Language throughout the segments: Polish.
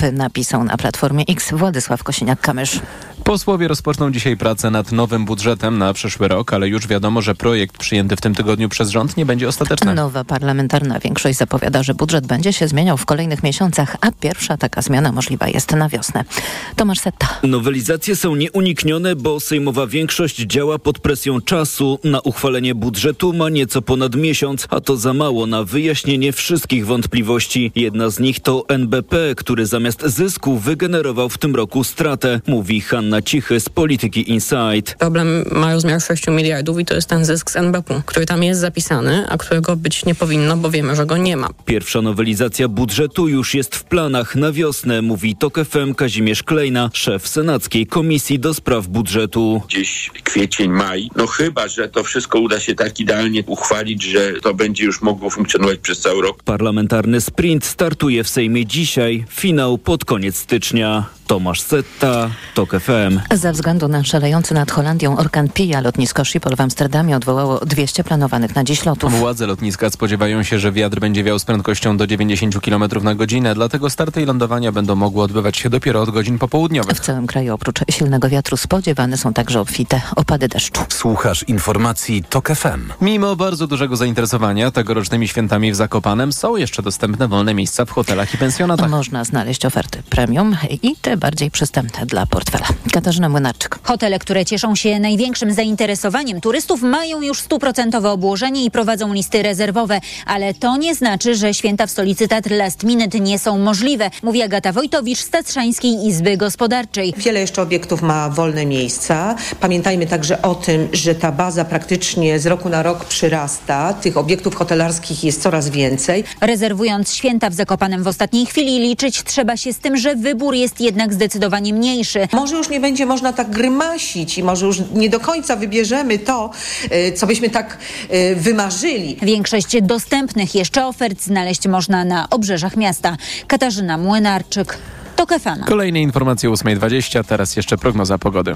napisał na Platformie X Władysław Kosiniak-Kamysz. Posłowie rozpoczną dzisiaj pracę nad nowym budżetem na przyszły rok, ale już wiadomo, że projekt przyjęty w tym tygodniu przez rząd nie będzie ostateczny. Nowa parlamentarna większość zapowiada, że budżet będzie się zmieniał w kolejnych miesiącach, a pierwsza taka zmiana możliwa jest na wiosnę. Tomasz Setta. Nowelizacje są nieuniknione, bo sejmowa większość działa pod presją czasu. Na uchwalenie budżetu ma nieco ponad miesiąc, a to za mało na wyjaśnienie wszystkich wątpliwości. Jedna z nich to NBP, który zamiast zysku wygenerował w tym roku stratę, mówi Hanna Cichy z Polityki Insight. Problem ma rozmiar 6 miliardów i to jest ten zysk z NBP, który tam jest zapisany, a którego być nie powinno, bo wiemy, że go nie ma. Pierwsza nowelizacja budżetu już jest w planach na wiosnę, mówi TOK FM Kazimierz Klejna, szef Senackiej Komisji do Spraw Budżetu. Gdzieś kwiecień, maj. No chyba, że to wszystko uda się tak idealnie uchwalić, że to będzie już mogło funkcjonować przez cały rok. Parlamentarny sprint startuje w Sejmie dzisiaj, finał pod koniec stycznia. Tomasz Setta, TOK FM. Ze względu na szalejący nad Holandią orkan Pia lotnisko Schiphol w Amsterdamie odwołało 200 planowanych na dziś lotów. Władze lotniska spodziewają się, że wiatr będzie wiał z prędkością do 90 km na godzinę, dlatego starty i lądowania będą mogły odbywać się dopiero od godzin popołudniowych. W całym kraju oprócz silnego wiatru spodziewane są także obfite opady deszczu. Słuchasz informacji TOK FM. Mimo bardzo dużego zainteresowania tegorocznymi świętami w Zakopanem są jeszcze dostępne wolne miejsca w hotelach i pensjonatach. Można znaleźć oferty premium i te bardziej przystępne dla portfela. Katarzyna Młynarczyk. Hotele, które cieszą się największym zainteresowaniem turystów, mają już 100% obłożenie i prowadzą listy rezerwowe. Ale to nie znaczy, że święta w stolicy Tatr last minute nie są możliwe, mówi Agata Wojtowicz z Tatrzańskiej Izby Gospodarczej. Wiele jeszcze obiektów ma wolne miejsca. Pamiętajmy także o tym, że ta baza praktycznie z roku na rok przyrasta. Tych obiektów hotelarskich jest coraz więcej. Rezerwując święta w Zakopanem w ostatniej chwili, liczyć trzeba się z tym, że wybór jest jednak zdecydowanie mniejszy. Może już nie będzie można tak grymasić i może już nie do końca wybierzemy to, co byśmy tak wymarzyli. Większość dostępnych jeszcze ofert znaleźć można na obrzeżach miasta. Katarzyna Młynarczyk, TOK FM. Kolejne informacje o 8:20, teraz jeszcze prognoza pogody.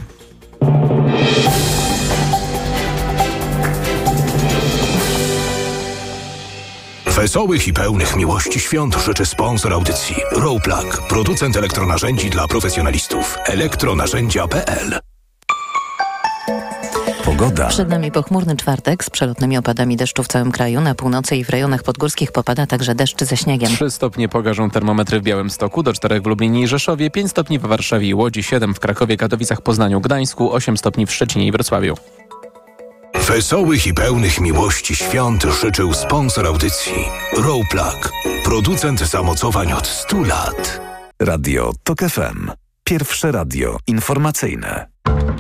Wesołych i pełnych miłości świąt życzy sponsor audycji Rowplug, producent elektronarzędzi dla profesjonalistów. elektronarzędzia.pl. Pogoda. Przed nami pochmurny czwartek z przelotnymi opadami deszczu w całym kraju. Na północy i w rejonach podgórskich popada także deszcz ze śniegiem. 3 stopnie pokażą termometry w Białymstoku, do 4 w Lublinie i Rzeszowie, 5 stopni w Warszawie i Łodzi, 7 w Krakowie, Katowicach, Poznaniu, Gdańsku, 8 stopni w Szczecinie i Wrocławiu. Wesołych i pełnych miłości świąt życzył sponsor audycji Rowplug, producent zamocowań od 100 lat. Radio TOK FM. Pierwsze radio informacyjne.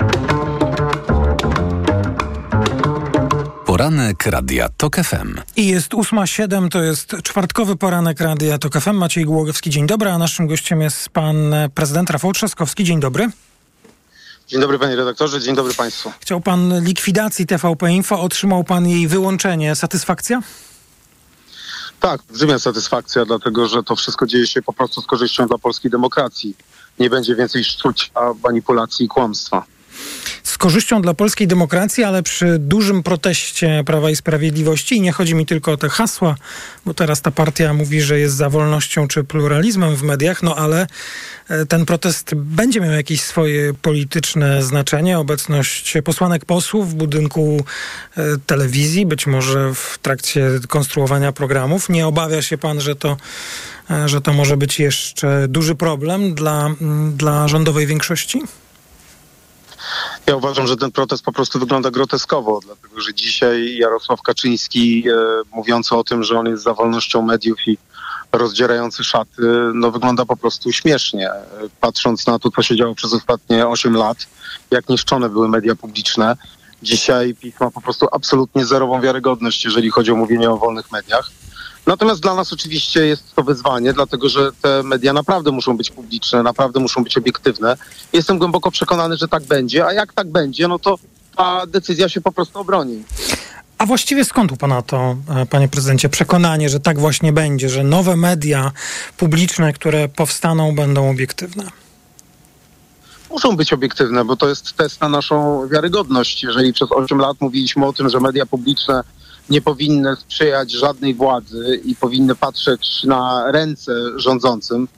Poranek Radia TOK FM. I jest 8:07, to jest czwartkowy poranek Radia TOK FM. Maciej Głogowski, dzień dobry, a naszym gościem jest pan prezydent Rafał Trzaskowski. Dzień dobry. Dzień dobry panie redaktorze, dzień dobry państwu. Chciał pan likwidacji TVP Info, otrzymał pan jej wyłączenie. Satysfakcja? Tak, olbrzymia satysfakcja, dlatego że to wszystko dzieje się po prostu z korzyścią dla polskiej demokracji. Nie będzie więcej szczucia, manipulacji i kłamstwa. Z korzyścią dla polskiej demokracji, ale przy dużym proteście Prawa i Sprawiedliwości. I nie chodzi mi tylko o te hasła, bo teraz ta partia mówi, że jest za wolnością czy pluralizmem w mediach, no ale ten protest będzie miał jakieś swoje polityczne znaczenie. Obecność posłanek, posłów w budynku telewizji, być może w trakcie konstruowania programów. Nie obawia się pan, że to może być jeszcze duży problem dla rządowej większości? Ja uważam, że ten protest po prostu wygląda groteskowo, dlatego że dzisiaj Jarosław Kaczyński, mówiący o tym, że on jest za wolnością mediów i rozdzierający szaty, no wygląda po prostu śmiesznie. Patrząc na to, co się działo przez ostatnie 8 lat, jak niszczone były media publiczne, dzisiaj PiS ma po prostu absolutnie zerową wiarygodność, jeżeli chodzi o mówienie o wolnych mediach. Natomiast dla nas oczywiście jest to wyzwanie, dlatego że te media naprawdę muszą być publiczne, naprawdę muszą być obiektywne. Jestem głęboko przekonany, że tak będzie, a jak tak będzie, no to ta decyzja się po prostu obroni. A właściwie skąd u pana to, panie prezydencie, przekonanie, że tak właśnie będzie, że nowe media publiczne, które powstaną, będą obiektywne? Muszą być obiektywne, bo to jest test na naszą wiarygodność. Jeżeli przez 8 lat mówiliśmy o tym, że media publiczne nie powinny sprzyjać żadnej władzy i powinny patrzeć na ręce rządzącym,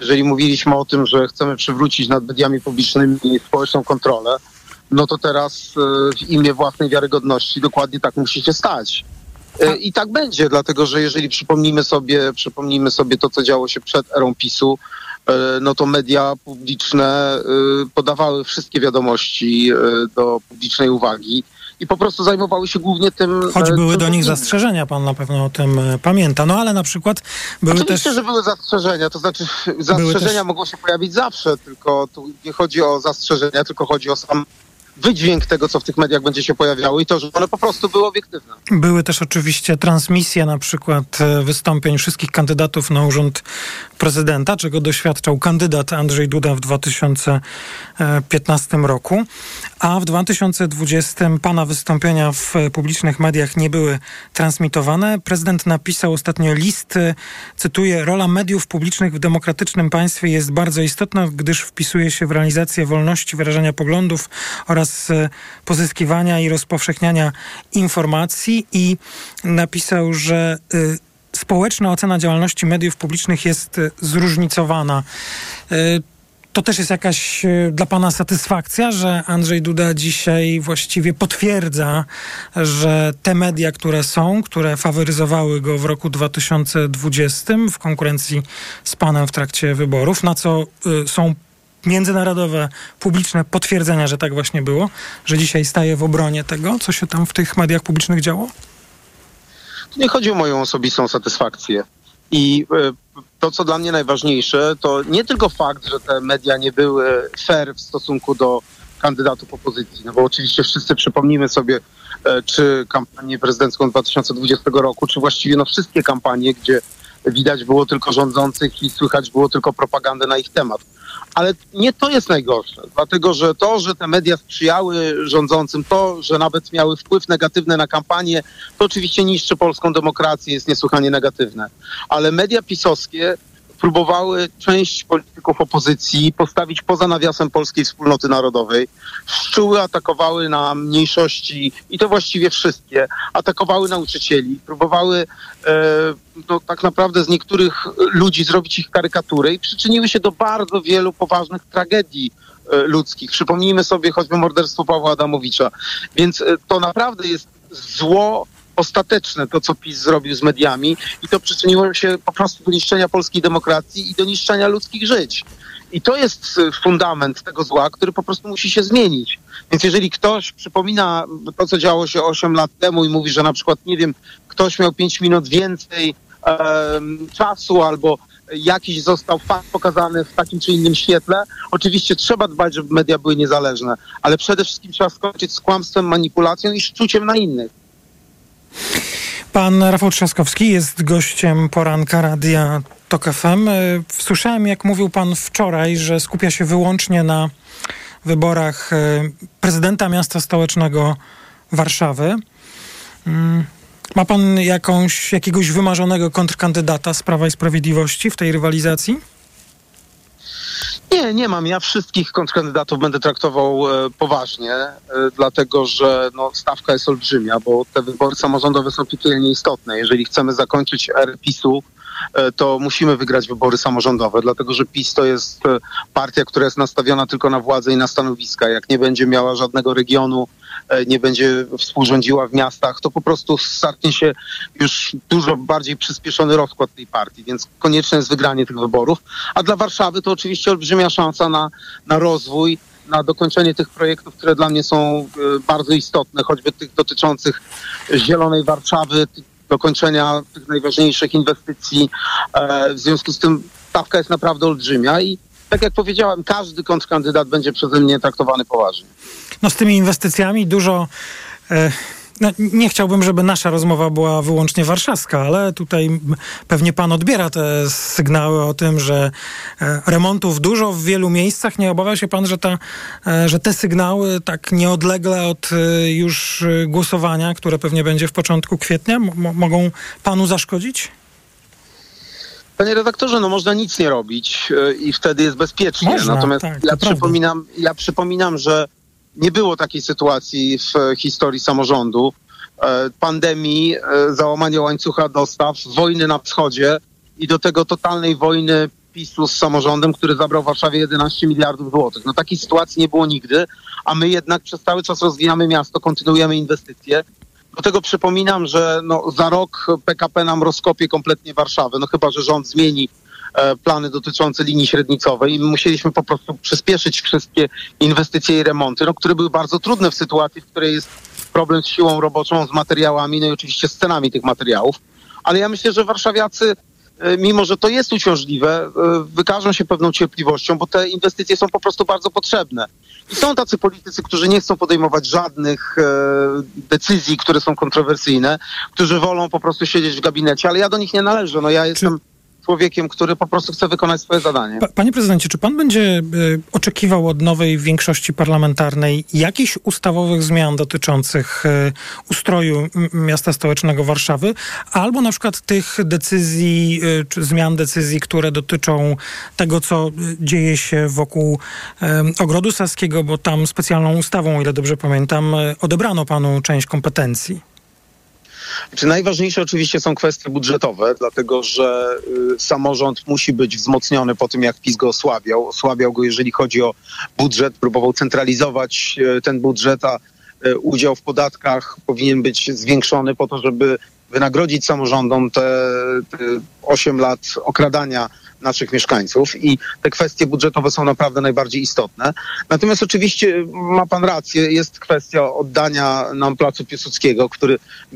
Jeżeli mówiliśmy o tym, że chcemy przywrócić nad mediami publicznymi społeczną kontrolę, no to teraz w imię własnej wiarygodności dokładnie tak musi się stać. I tak będzie, dlatego że jeżeli przypomnimy sobie to, co działo się przed erą PiS-u, no to media publiczne podawały wszystkie wiadomości do publicznej uwagi i po prostu zajmowały się głównie tym... Choć były do nich zastrzeżenia, pan na pewno o tym pamięta. No ale na przykład były Oczywiście, że były zastrzeżenia, to znaczy zastrzeżenia mogą się pojawić zawsze, tylko tu nie chodzi o zastrzeżenia, tylko chodzi o sam wydźwięk tego, co w tych mediach będzie się pojawiało i to, że one po prostu były obiektywne. Były też oczywiście transmisje na przykład wystąpień wszystkich kandydatów na urząd prezydenta, czego doświadczał kandydat Andrzej Duda w 2015 roku, a w 2020 pana wystąpienia w publicznych mediach nie były transmitowane. Prezydent napisał ostatnio list, cytuję: rola mediów publicznych w demokratycznym państwie jest bardzo istotna, gdyż wpisuje się w realizację wolności wyrażania poglądów oraz pozyskiwania i rozpowszechniania informacji, i napisał, że społeczna ocena działalności mediów publicznych jest zróżnicowana. To też jest jakaś dla pana satysfakcja, że Andrzej Duda dzisiaj właściwie potwierdza, że te media, które faworyzowały go w roku 2020 w konkurencji z panem w trakcie wyborów, na co są międzynarodowe, publiczne potwierdzenia, że tak właśnie było, że dzisiaj staje w obronie tego, co się tam w tych mediach publicznych działo? Tu nie chodzi o moją osobistą satysfakcję. I to, co dla mnie najważniejsze, to nie tylko fakt, że te media nie były fair w stosunku do kandydatów opozycji, no bo oczywiście wszyscy przypomnimy sobie, czy kampanię prezydencką 2020 roku, czy właściwie wszystkie kampanie, gdzie widać było tylko rządzących i słychać było tylko propagandę na ich temat. Ale nie to jest najgorsze, dlatego że to, że te media sprzyjały rządzącym, to, że nawet miały wpływ negatywny na kampanię, to oczywiście niszczy polską demokrację, jest niesłychanie negatywne. Ale media pisowskie próbowały część polityków opozycji postawić poza nawiasem polskiej wspólnoty narodowej. Szczuły atakowały na mniejszości, i to właściwie wszystkie. Atakowały nauczycieli, próbowały tak naprawdę z niektórych ludzi zrobić ich karykaturę i przyczyniły się do bardzo wielu poważnych tragedii ludzkich. Przypomnijmy sobie choćby morderstwo Pawła Adamowicza. Więc to naprawdę jest zło ostateczne, to co PiS zrobił z mediami, i to przyczyniło się po prostu do niszczenia polskiej demokracji i do niszczenia ludzkich żyć. I to jest fundament tego zła, który po prostu musi się zmienić. Więc jeżeli ktoś przypomina to, co działo się 8 lat temu i mówi, że na przykład, nie wiem, ktoś miał 5 minut więcej czasu albo jakiś został fakt pokazany w takim czy innym świetle, oczywiście trzeba dbać, żeby media były niezależne, ale przede wszystkim trzeba skończyć z kłamstwem, manipulacją i szczuciem na innych. Pan Rafał Trzaskowski jest gościem poranka Radia TOK FM. Słyszałem, jak mówił pan wczoraj, że skupia się wyłącznie na wyborach prezydenta miasta stołecznego Warszawy. Ma pan jakiegoś wymarzonego kontrkandydata z Prawa i Sprawiedliwości w tej rywalizacji? Nie mam. Ja wszystkich kontrkandydatów będę traktował poważnie, dlatego że stawka jest olbrzymia, bo te wybory samorządowe są piekielnie istotne. Jeżeli chcemy zakończyć erę PiS-u, to musimy wygrać wybory samorządowe, dlatego że PiS to jest partia, która jest nastawiona tylko na władzę i na stanowiska. Jak nie będzie miała żadnego regionu, nie będzie współrządziła w miastach, to po prostu startnie się już dużo bardziej przyspieszony rozkład tej partii, więc konieczne jest wygranie tych wyborów. A dla Warszawy to oczywiście olbrzymia szansa na rozwój, na dokończenie tych projektów, które dla mnie są bardzo istotne, choćby tych dotyczących zielonej Warszawy, dokończenia tych najważniejszych inwestycji. W związku z tym stawka jest naprawdę olbrzymia i tak jak powiedziałem, każdy kontrkandydat będzie przeze mnie traktowany poważnie. Z tymi inwestycjami dużo... nie chciałbym, żeby nasza rozmowa była wyłącznie warszawska, ale tutaj pewnie pan odbiera te sygnały o tym, że remontów dużo w wielu miejscach. Nie obawia się pan, że te sygnały tak nieodlegle od już głosowania, które pewnie będzie w początku kwietnia, mogą panu zaszkodzić? Panie redaktorze, można nic nie robić i wtedy jest bezpiecznie. Można, natomiast tak, ja przypominam, że nie było takiej sytuacji w historii samorządu, pandemii, załamania łańcucha dostaw, wojny na wschodzie i do tego totalnej wojny PiS-u z samorządem, który zabrał Warszawie 11 miliardów złotych. No takiej sytuacji nie było nigdy, a my jednak przez cały czas rozwijamy miasto, kontynuujemy inwestycje. Do tego przypominam, że za rok PKP nam rozkopie kompletnie Warszawę, chyba że rząd zmieni plany dotyczące linii średnicowej i my musieliśmy po prostu przyspieszyć wszystkie inwestycje i remonty, które były bardzo trudne w sytuacji, w której jest problem z siłą roboczą, z materiałami, i oczywiście z cenami tych materiałów. Ale ja myślę, że warszawiacy, mimo że to jest uciążliwe, wykażą się pewną cierpliwością, bo te inwestycje są po prostu bardzo potrzebne. I są tacy politycy, którzy nie chcą podejmować żadnych decyzji, które są kontrowersyjne, którzy wolą po prostu siedzieć w gabinecie, ale ja do nich nie należę. Ja jestem człowiekiem, który po prostu chce wykonać swoje zadanie. Panie prezydencie, czy pan będzie oczekiwał od nowej większości parlamentarnej jakichś ustawowych zmian dotyczących ustroju miasta stołecznego Warszawy, albo na przykład tych decyzji, czy zmian decyzji, które dotyczą tego, co dzieje się wokół Ogrodu Saskiego, bo tam specjalną ustawą, o ile dobrze pamiętam, odebrano panu część kompetencji? Najważniejsze oczywiście są kwestie budżetowe, dlatego że samorząd musi być wzmocniony po tym, jak PiS go osłabiał. Osłabiał go, jeżeli chodzi o budżet, próbował centralizować ten budżet, a udział w podatkach powinien być zwiększony po to, żeby wynagrodzić samorządom te 8 lat okradania naszych mieszkańców i te kwestie budżetowe są naprawdę najbardziej istotne. Natomiast oczywiście ma pan rację, jest kwestia oddania nam Placu Piłsudskiego, który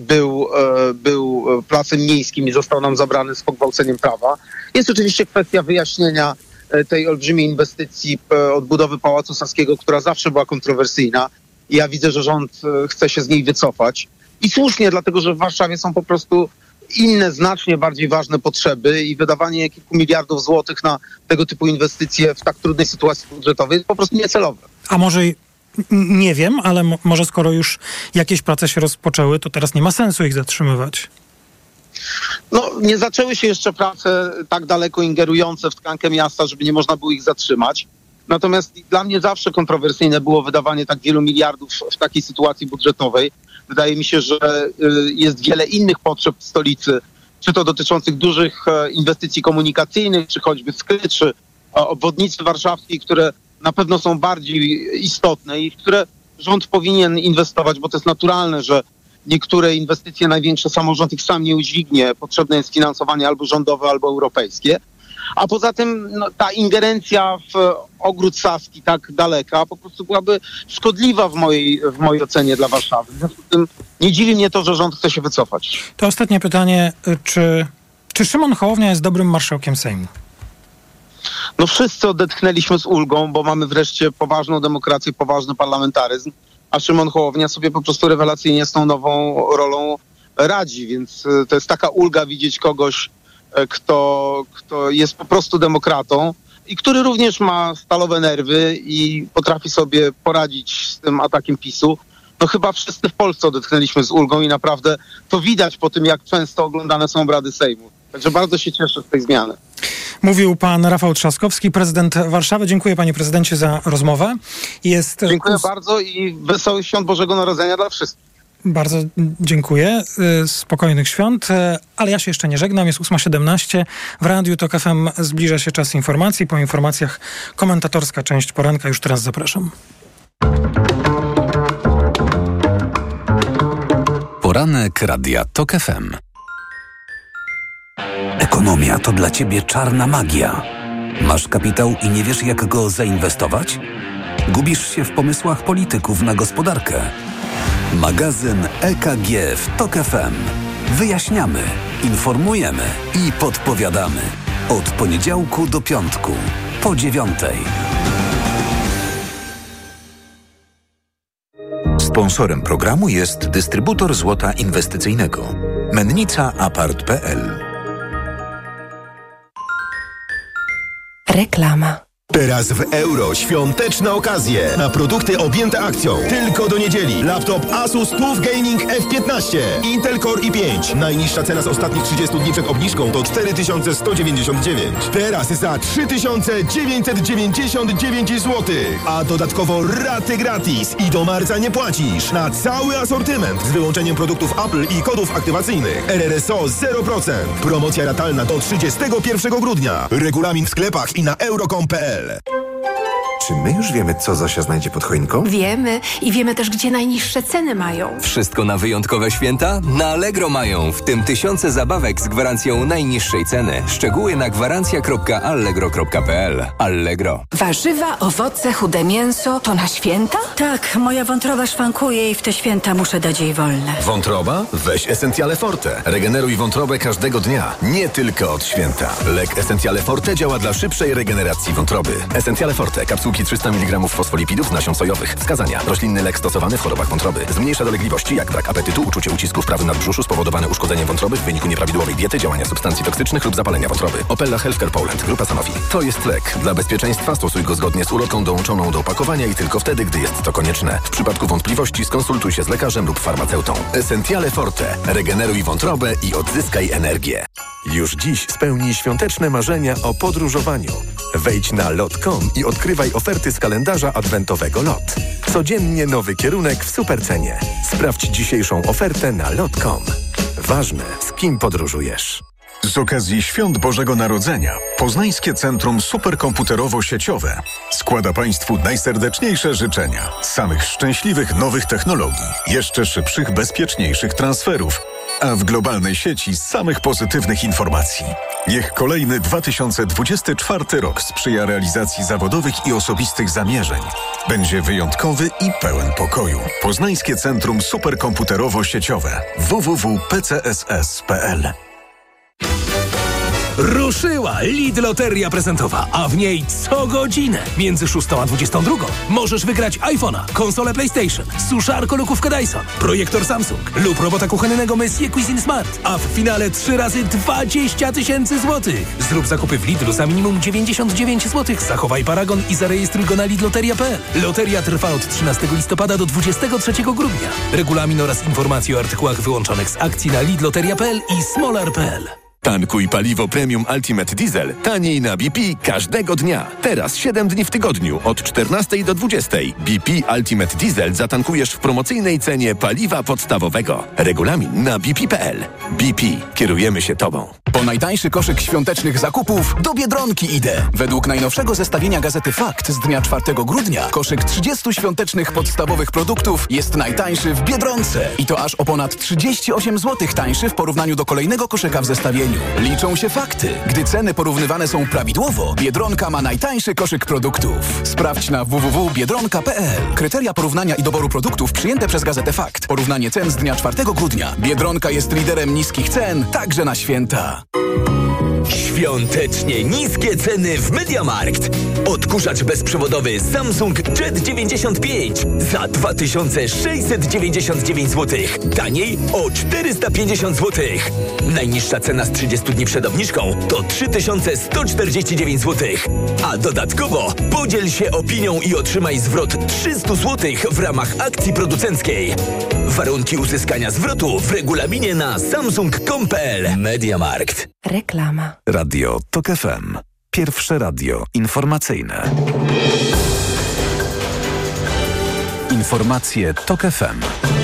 był placem miejskim i został nam zabrany z pogwałceniem prawa. Jest oczywiście kwestia wyjaśnienia tej olbrzymiej inwestycji odbudowy Pałacu Saskiego, która zawsze była kontrowersyjna i ja widzę, że rząd chce się z niej wycofać. I słusznie, dlatego że w Warszawie są po prostu inne, znacznie bardziej ważne potrzeby i wydawanie kilku miliardów złotych na tego typu inwestycje w tak trudnej sytuacji budżetowej jest po prostu niecelowe. A może, nie wiem, ale może skoro już jakieś prace się rozpoczęły, to teraz nie ma sensu ich zatrzymywać. Nie zaczęły się jeszcze prace tak daleko ingerujące w tkankę miasta, żeby nie można było ich zatrzymać. Natomiast dla mnie zawsze kontrowersyjne było wydawanie tak wielu miliardów w takiej sytuacji budżetowej. Wydaje mi się, że jest wiele innych potrzeb w stolicy, czy to dotyczących dużych inwestycji komunikacyjnych, czy choćby skry, czy obwodnicy warszawskiej, które na pewno są bardziej istotne i w które rząd powinien inwestować, bo to jest naturalne, że niektóre inwestycje największe samorząd ich sam nie udźwignie. Potrzebne jest finansowanie albo rządowe, albo europejskie. A poza tym ta ingerencja w Ogród Saski tak daleka po prostu byłaby szkodliwa w mojej ocenie dla Warszawy. W związku z tym nie dziwi mnie to, że rząd chce się wycofać. To ostatnie pytanie. Czy Szymon Hołownia jest dobrym marszałkiem Sejmu? Wszyscy odetchnęliśmy z ulgą, bo mamy wreszcie poważną demokrację, poważny parlamentaryzm, a Szymon Hołownia sobie po prostu rewelacyjnie z tą nową rolą radzi, więc to jest taka ulga widzieć kogoś, kto jest po prostu demokratą i który również ma stalowe nerwy i potrafi sobie poradzić z tym atakiem PiS-u. Chyba wszyscy w Polsce odetchnęliśmy z ulgą i naprawdę to widać po tym, jak często oglądane są obrady Sejmu. Także bardzo się cieszę z tej zmiany. Mówił pan Rafał Trzaskowski, prezydent Warszawy. Dziękuję, panie prezydencie, za rozmowę. Dziękuję bardzo i wesołych świąt Bożego Narodzenia dla wszystkich. Bardzo dziękuję. Spokojnych świąt. Ale ja się jeszcze nie żegnam. Jest 8:17. W Radiu TOK FM zbliża się czas informacji. Po informacjach komentatorska część poranka. Już teraz zapraszam. Poranek Radia TOK FM. Ekonomia to dla ciebie czarna magia. Masz kapitał i nie wiesz, jak go zainwestować? Gubisz się w pomysłach polityków na gospodarkę? Magazyn EKG w TOK FM. Wyjaśniamy, informujemy i podpowiadamy. Od poniedziałku do piątku, po 9:00. Sponsorem programu jest dystrybutor złota inwestycyjnego. Mennica Apart.pl. Reklama. Teraz w Euro świąteczne okazje na produkty objęte akcją. Tylko do niedzieli. Laptop Asus TUF Gaming F15. Intel Core i5. Najniższa cena z ostatnich 30 dni przed obniżką to 4199. Teraz za 3999 zł. A dodatkowo raty gratis. I do marca nie płacisz. Na cały asortyment z wyłączeniem produktów Apple i kodów aktywacyjnych. RRSO 0%. Promocja ratalna do 31 grudnia. Regulamin w sklepach i na euro.com.pl. Czy my już wiemy, co Zosia znajdzie pod choinką? Wiemy i wiemy też, gdzie najniższe ceny mają. Wszystko na wyjątkowe święta? Na Allegro mają, w tym tysiące zabawek z gwarancją najniższej ceny. Szczegóły na gwarancja.allegro.pl. Allegro. Warzywa, owoce, chude mięso, to na święta? Tak, moja wątroba szwankuje i w te święta muszę dać jej wolne. Wątroba? Weź Essentiale Forte. Regeneruj wątrobę każdego dnia, nie tylko od święta. Lek Essentiale Forte działa dla szybszej regeneracji wątroby. Essentiale Forte, kapsułki 300 mg fosfolipidów z nasion sojowych. Wskazania. Roślinny lek stosowany w chorobach wątroby. Zmniejsza dolegliwości jak brak apetytu, uczucie ucisku w prawym nadbrzuszu spowodowane uszkodzeniem wątroby w wyniku nieprawidłowej diety, działania substancji toksycznych lub zapalenia wątroby. Opella Healthcare Poland. Grupa Sanofi. To jest lek. Dla bezpieczeństwa stosuj go zgodnie z ulotką dołączoną do opakowania i tylko wtedy, gdy jest to konieczne. W przypadku wątpliwości skonsultuj się z lekarzem lub farmaceutą. Essentiale Forte. Regeneruj wątrobę i odzyskaj energię. Już dziś spełnij świąteczne marzenia o podróżowaniu. Wejdź na lot.com i odkrywaj oferty z kalendarza adwentowego LOT. Codziennie nowy kierunek w supercenie. Sprawdź dzisiejszą ofertę na lot.com. Ważne, z kim podróżujesz. Z okazji Świąt Bożego Narodzenia Poznańskie Centrum Superkomputerowo-Sieciowe składa Państwu najserdeczniejsze życzenia. Samych szczęśliwych nowych technologii, jeszcze szybszych, bezpieczniejszych transferów, a w globalnej sieci samych pozytywnych informacji. Niech kolejny 2024 rok sprzyja realizacji zawodowych i osobistych zamierzeń. Będzie wyjątkowy i pełen pokoju. Poznańskie Centrum Superkomputerowo-Sieciowe www.pcss.pl. Ruszyła Lidl Loteria Prezentowa, a w niej co godzinę między 6 a 22 możesz wygrać iPhone'a, konsolę PlayStation, suszarko lukówkę Dyson, projektor Samsung lub robota kuchennego Messier Cuisine Smart, a w finale 3 razy 20 000 złotych. Zrób zakupy w Lidlu za minimum 99 zł, zachowaj paragon i zarejestruj go na lidloteria.pl. Loteria trwa od 13 listopada do 23 grudnia. Regulamin oraz informacje o artykułach wyłączonych z akcji na lidloteria.pl i smolar.pl. Tankuj paliwo Premium Ultimate Diesel taniej na BP każdego dnia. Teraz 7 dni w tygodniu od 14 do 20. BP Ultimate Diesel zatankujesz w promocyjnej cenie paliwa podstawowego. Regulamin na bp.pl. BP. Kierujemy się Tobą. Po najtańszy koszyk świątecznych zakupów do Biedronki idę. Według najnowszego zestawienia gazety Fakt z dnia 4 grudnia koszyk 30 świątecznych podstawowych produktów jest najtańszy w Biedronce. I to aż o ponad 38 zł tańszy w porównaniu do kolejnego koszyka w zestawieniu. Liczą się fakty. Gdy ceny porównywane są prawidłowo, Biedronka ma najtańszy koszyk produktów. Sprawdź na www.biedronka.pl. Kryteria porównania i doboru produktów przyjęte przez gazetę Fakt. Porównanie cen z dnia 4 grudnia. Biedronka jest liderem niskich cen, także na święta. Świątecznie niskie ceny w MediaMarkt. Odkurzacz bezprzewodowy Samsung Jet 95 za 2699 zł. Taniej o 450 zł. Najniższa cena z 30 dni przed obniżką to 3149 zł. A dodatkowo podziel się opinią i otrzymaj zwrot 300 zł w ramach akcji producenckiej. Warunki uzyskania zwrotu w regulaminie na samsung.com.pl. MediaMarkt. Reklama. Radio TOK FM. Pierwsze radio informacyjne. Informacje TOK FM.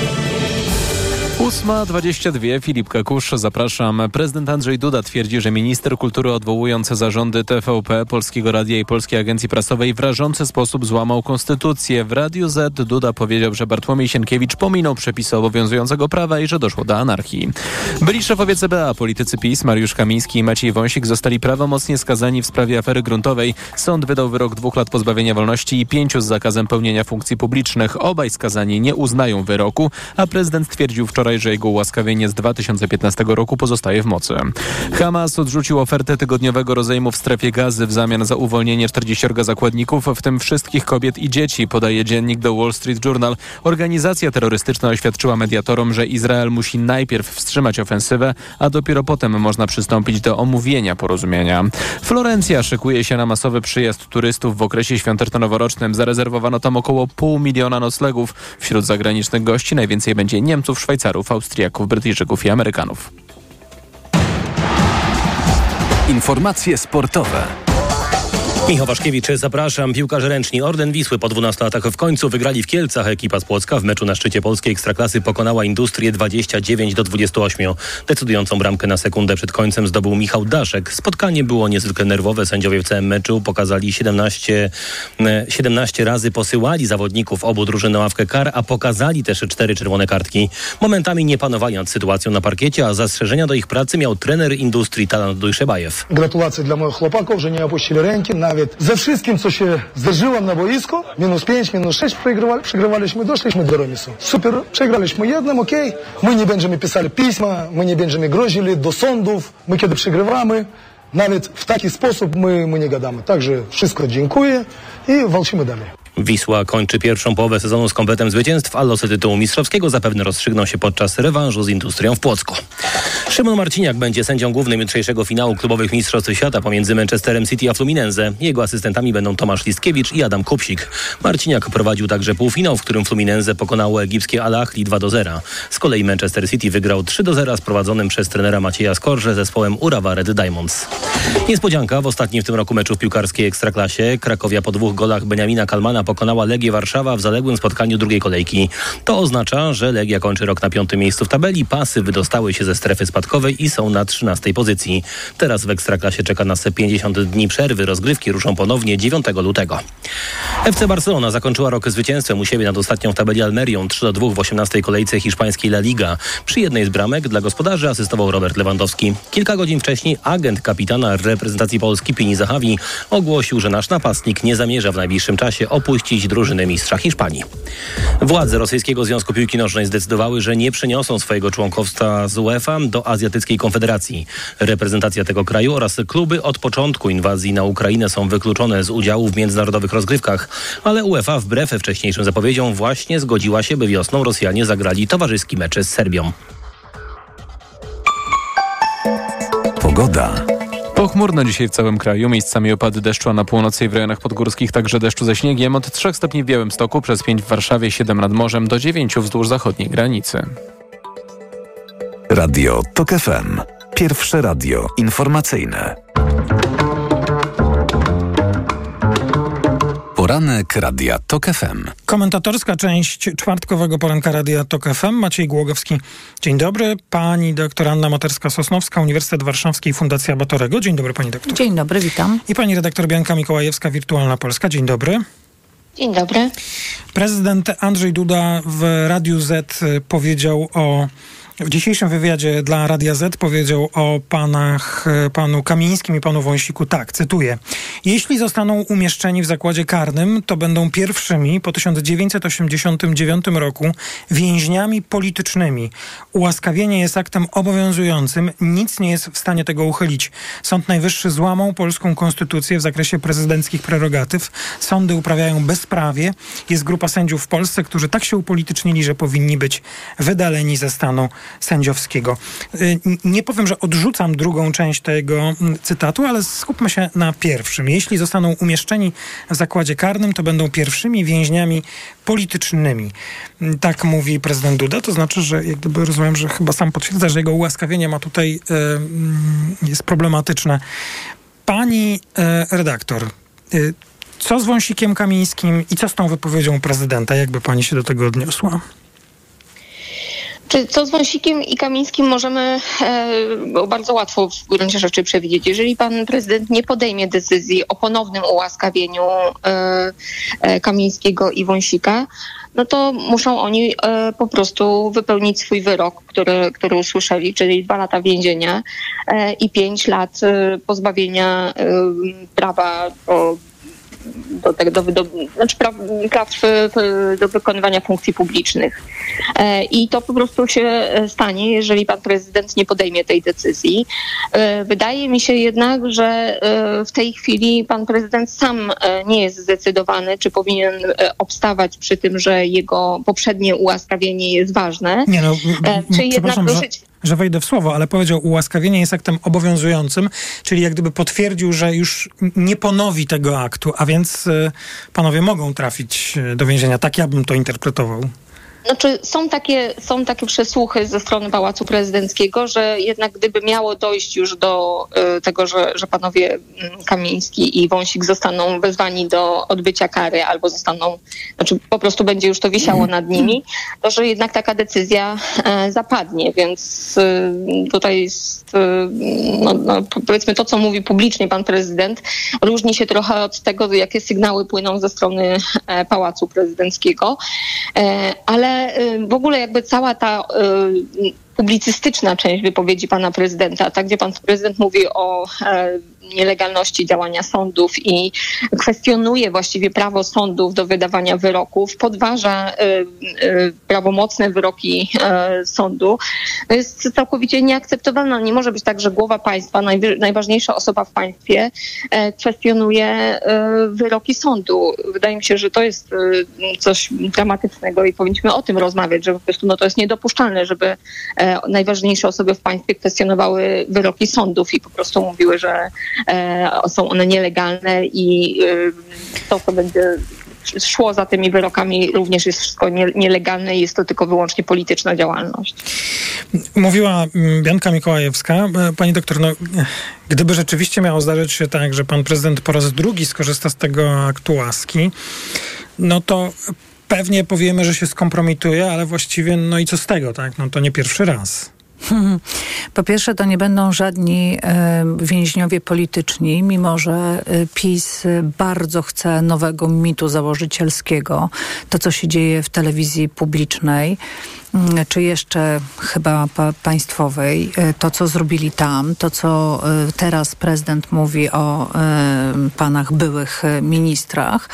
8:22, Filip Kakusz, zapraszam. Prezydent Andrzej Duda twierdzi, że minister kultury odwołując zarządy TVP, Polskiego Radia i Polskiej Agencji Prasowej w rażący sposób złamał konstytucję. W Radiu Z Duda powiedział, że Bartłomiej Sienkiewicz pominął przepisy obowiązującego prawa i że doszło do anarchii. Byli szefowie CBA, politycy PiS, Mariusz Kamiński i Maciej Wąsik zostali prawomocnie skazani w sprawie afery gruntowej. Sąd wydał wyrok 2 lat pozbawienia wolności i 5 z zakazem pełnienia funkcji publicznych. Obaj skazani nie uznają wyroku, a prezydent stwierdził wczoraj, i że jego ułaskawienie z 2015 roku pozostaje w mocy. Hamas odrzucił ofertę tygodniowego rozejmu w strefie Gazy w zamian za uwolnienie 40 zakładników, w tym wszystkich kobiet i dzieci, podaje dziennik The Wall Street Journal. Organizacja terrorystyczna oświadczyła mediatorom, że Izrael musi najpierw wstrzymać ofensywę, a dopiero potem można przystąpić do omówienia porozumienia. Florencja szykuje się na masowy przyjazd turystów w okresie świąteczno-noworocznym. Zarezerwowano tam około 500 000 noclegów. Wśród zagranicznych gości najwięcej będzie Niemców, Szwajcarów, Austriaków, Brytyjczyków i Amerykanów. Informacje sportowe. Michał Waszkiewicz, zapraszam. Piłkarze ręczni Orlen Wisły po 12 latach w końcu wygrali w Kielcach. Ekipa z Płocka w meczu na szczycie polskiej ekstraklasy pokonała Industrię 29-28. Decydującą bramkę na sekundę przed końcem zdobył Michał Daszek. Spotkanie było niezwykle nerwowe. Sędziowie w całym meczu pokazali 17 razy posyłali zawodników obu drużyn na ławkę kar, a pokazali też 4 czerwone kartki. Momentami nie panowali nad sytuacją na parkiecie, a zastrzeżenia do ich pracy miał trener Industrii Talant Dujszebajew. Gratulacje dla moich chłopaków, że nie opuścili ręki. Nawet ze wszystkim, co się zdarzyło na boisku, -5, -6 przegrywaliśmy, doszliśmy do remisu. Super, przegraliśmy jednym, okej. My nie będziemy pisali pisma, my nie będziemy grozili do sądów. My kiedy przegrywamy, nawet w taki sposób my nie gadamy. Także wszystko dziękuję i walczymy dalej. Wisła kończy pierwszą połowę sezonu z kompletem zwycięstw, a losy tytułu mistrzowskiego zapewne rozstrzygną się podczas rewanżu z Industrią w Płocku. Szymon Marciniak będzie sędzią głównym jutrzejszego finału klubowych mistrzostw świata pomiędzy Manchesterem City a Fluminense. Jego asystentami będą Tomasz Listkiewicz i Adam Kupsik. Marciniak prowadził także półfinał, w którym Fluminense pokonało egipskie Al Ahli 2-0. Z kolei Manchester City wygrał 3-0 z prowadzonym przez trenera Macieja Skorżę zespołem Urawa Red Diamonds. Niespodzianka w ostatnim w tym roku meczu w piłkarskiej Ekstraklasie. Krakowia po 2 golach Beniamina Kalmana pokonała Legię Warszawa w zaległym spotkaniu drugiej kolejki. To oznacza, że Legia kończy rok na 5. miejscu w tabeli. Pasy wydostały się ze strefy spadkowej i są na 13. pozycji. Teraz w Ekstraklasie czeka nas 50 dni przerwy. Rozgrywki ruszą ponownie 9 lutego. FC Barcelona zakończyła rok zwycięstwem u siebie nad ostatnią w tabeli Almerią 3-2 w 18. kolejce hiszpańskiej La Liga. Przy jednej z bramek dla gospodarzy asystował Robert Lewandowski. Kilka godzin wcześniej agent kapitana reprezentacji Polski Pini Zahavi ogłosił, że nasz napastnik nie zamierza w najbliższym czasie opuścić drużyny mistrza Hiszpanii. Władze Rosyjskiego Związku Piłki Nożnej zdecydowały, że nie przeniosą swojego członkostwa z UEFA do Azjatyckiej Konfederacji. Reprezentacja tego kraju oraz kluby od początku inwazji na Ukrainę są wykluczone z udziału w międzynarodowych rozgrywkach, ale UEFA wbrew wcześniejszym zapowiedziom właśnie zgodziła się, by wiosną Rosjanie zagrali towarzyski mecz z Serbią. Pogoda. Pochmurno dzisiaj w całym kraju, miejscami opady deszczu, a na północy i w rejonach podgórskich także deszczu ze śniegiem. Od 3 stopni w Białymstoku, przez 5 w Warszawie, 7 nad morzem, do 9 wzdłuż zachodniej granicy. Radio TOK FM. Pierwsze radio informacyjne. Poranek Radia TOK FM. Komentatorska część czwartkowego poranka Radia TOK FM. Maciej Głogowski. Dzień dobry. Pani doktor Anna Materska-Sosnowska, Uniwersytet Warszawski i Fundacja Batorego. Dzień dobry, pani doktor. Dzień dobry, witam. I pani redaktor Bianka Mikołajewska, Wirtualna Polska. Dzień dobry. Dzień dobry. Prezydent Andrzej Duda w Radiu Z powiedział w dzisiejszym wywiadzie dla Radia Z powiedział o panu Kamińskim i panu Wąsiku tak, cytuję: jeśli zostaną umieszczeni w zakładzie karnym, to będą pierwszymi po 1989 roku więźniami politycznymi. Ułaskawienie jest aktem obowiązującym, nic nie jest w stanie tego uchylić. Sąd Najwyższy złamał polską konstytucję w zakresie prezydenckich prerogatyw. Sądy uprawiają bezprawie. Jest grupa sędziów w Polsce, którzy tak się upolitycznili, że powinni być wydaleni ze stanu sędziowskiego. Nie powiem, że odrzucam drugą część tego cytatu, ale skupmy się na pierwszym. Jeśli zostaną umieszczeni w zakładzie karnym, to będą pierwszymi więźniami politycznymi. Tak mówi prezydent Duda. To znaczy, że jak gdyby rozumiem, że chyba sam potwierdza, że jego ułaskawienie ma tutaj jest problematyczne. Pani redaktor, co z Wąsikiem Kamińskim i co z tą wypowiedzią prezydenta? Jakby pani się do tego odniosła? Co z Wąsikiem i Kamińskim możemy bardzo łatwo w gruncie rzeczy przewidzieć. Jeżeli pan prezydent nie podejmie decyzji o ponownym ułaskawieniu Kamińskiego i Wąsika, no to muszą oni po prostu wypełnić swój wyrok, który usłyszeli, czyli 2 lata więzienia i 5 lat pozbawienia prawa do praw do wykonywania funkcji publicznych. I to po prostu się stanie, jeżeli pan prezydent nie podejmie tej decyzji. Wydaje mi się jednak, że w tej chwili pan prezydent sam nie jest zdecydowany, czy powinien obstawać przy tym, że jego poprzednie ułaskawienie jest ważne. Nie no, czy jednak że wejdę w słowo, ale powiedział, ułaskawienie jest aktem obowiązującym, czyli jak gdyby potwierdził, że już nie ponowi tego aktu, a więc panowie mogą trafić do więzienia. Tak ja bym to interpretował. Znaczy, są takie przesłuchy ze strony Pałacu Prezydenckiego, że jednak gdyby miało dojść już do tego, że panowie Kamiński i Wąsik zostaną wezwani do odbycia kary albo po prostu będzie już to wisiało nad nimi, to że jednak taka decyzja zapadnie, więc tutaj jest, powiedzmy to, co mówi publicznie pan prezydent, różni się trochę od tego, jakie sygnały płyną ze strony Pałacu Prezydenckiego, ale w ogóle jakby cała ta publicystyczna część wypowiedzi pana prezydenta, tak, gdzie pan prezydent mówi o nielegalności działania sądów i kwestionuje właściwie prawo sądów do wydawania wyroków, podważa prawomocne wyroki sądu. To jest całkowicie nieakceptowalne. Nie może być tak, że głowa państwa, najważniejsza osoba w państwie kwestionuje wyroki sądu. Wydaje mi się, że to jest coś dramatycznego i powinniśmy o tym rozmawiać, że po prostu to jest niedopuszczalne, żeby najważniejsze osoby w państwie kwestionowały wyroki sądów i po prostu mówiły, że są one nielegalne i to, co będzie szło za tymi wyrokami, również jest wszystko nielegalne i jest to tylko wyłącznie polityczna działalność. Mówiła Bianka Mikołajewska. Pani doktor, gdyby rzeczywiście miało zdarzyć się tak, że pan prezydent po raz drugi skorzysta z tego aktu łaski, to pewnie powiemy, że się skompromituje, ale właściwie i co z tego, tak? To nie pierwszy raz. Po pierwsze, to nie będą żadni więźniowie polityczni, mimo że PiS bardzo chce nowego mitu założycielskiego. To, co się dzieje w telewizji publicznej, czy jeszcze chyba państwowej, to, co zrobili tam, to, co teraz prezydent mówi o panach byłych ministrach,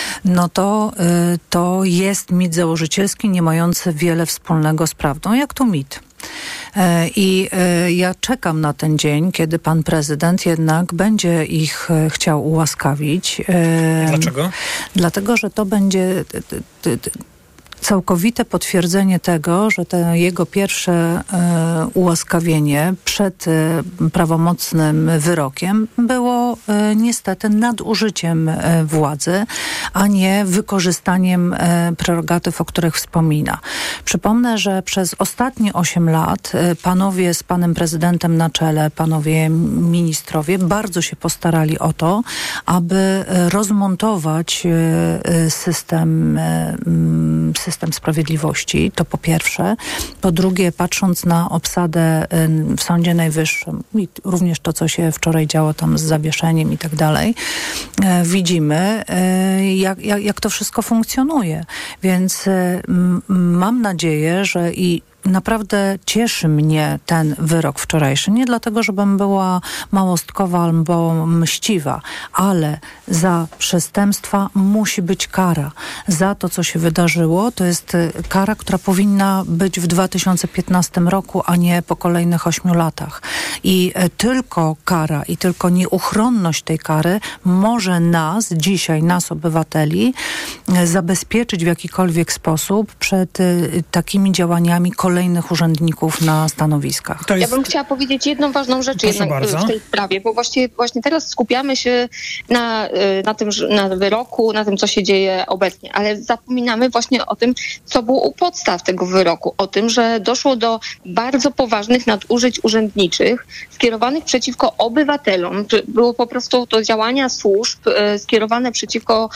to jest mit założycielski, nie mający wiele wspólnego z prawdą. Jak to mit? I ja czekam na ten dzień, kiedy pan prezydent jednak będzie ich chciał ułaskawić. Dlaczego? Dlatego, że to będzie całkowite potwierdzenie tego, że to jego pierwsze ułaskawienie przed prawomocnym wyrokiem było niestety nadużyciem władzy, a nie wykorzystaniem prerogatyw, o których wspomina. Przypomnę, że przez ostatnie 8 lat panowie z panem prezydentem na czele, panowie ministrowie bardzo się postarali o to, aby rozmontować system sprawiedliwości, to po pierwsze. Po drugie, patrząc na obsadę w Sądzie Najwyższym i również to, co się wczoraj działo tam z zawieszeniem i tak dalej, widzimy, jak to wszystko funkcjonuje. Więc mam nadzieję, że naprawdę cieszy mnie ten wyrok wczorajszy. Nie dlatego, żebym była małostkowa albo mściwa, ale za przestępstwa musi być kara. Za to, co się wydarzyło, to jest kara, która powinna być w 2015 roku, a nie po kolejnych 8 latach. I tylko kara i tylko nieuchronność tej kary może nas, dzisiaj nas obywateli, zabezpieczyć w jakikolwiek sposób przed takimi działaniami kolejnych urzędników na stanowiskach. Ja bym chciała powiedzieć jedną ważną rzecz jednak w tej sprawie, bo właśnie teraz skupiamy się na wyroku, na tym, co się dzieje obecnie, ale zapominamy właśnie o tym, co było u podstaw tego wyroku, o tym, że doszło do bardzo poważnych nadużyć urzędniczych skierowanych przeciwko obywatelom. Było po prostu działania służb skierowane przeciwko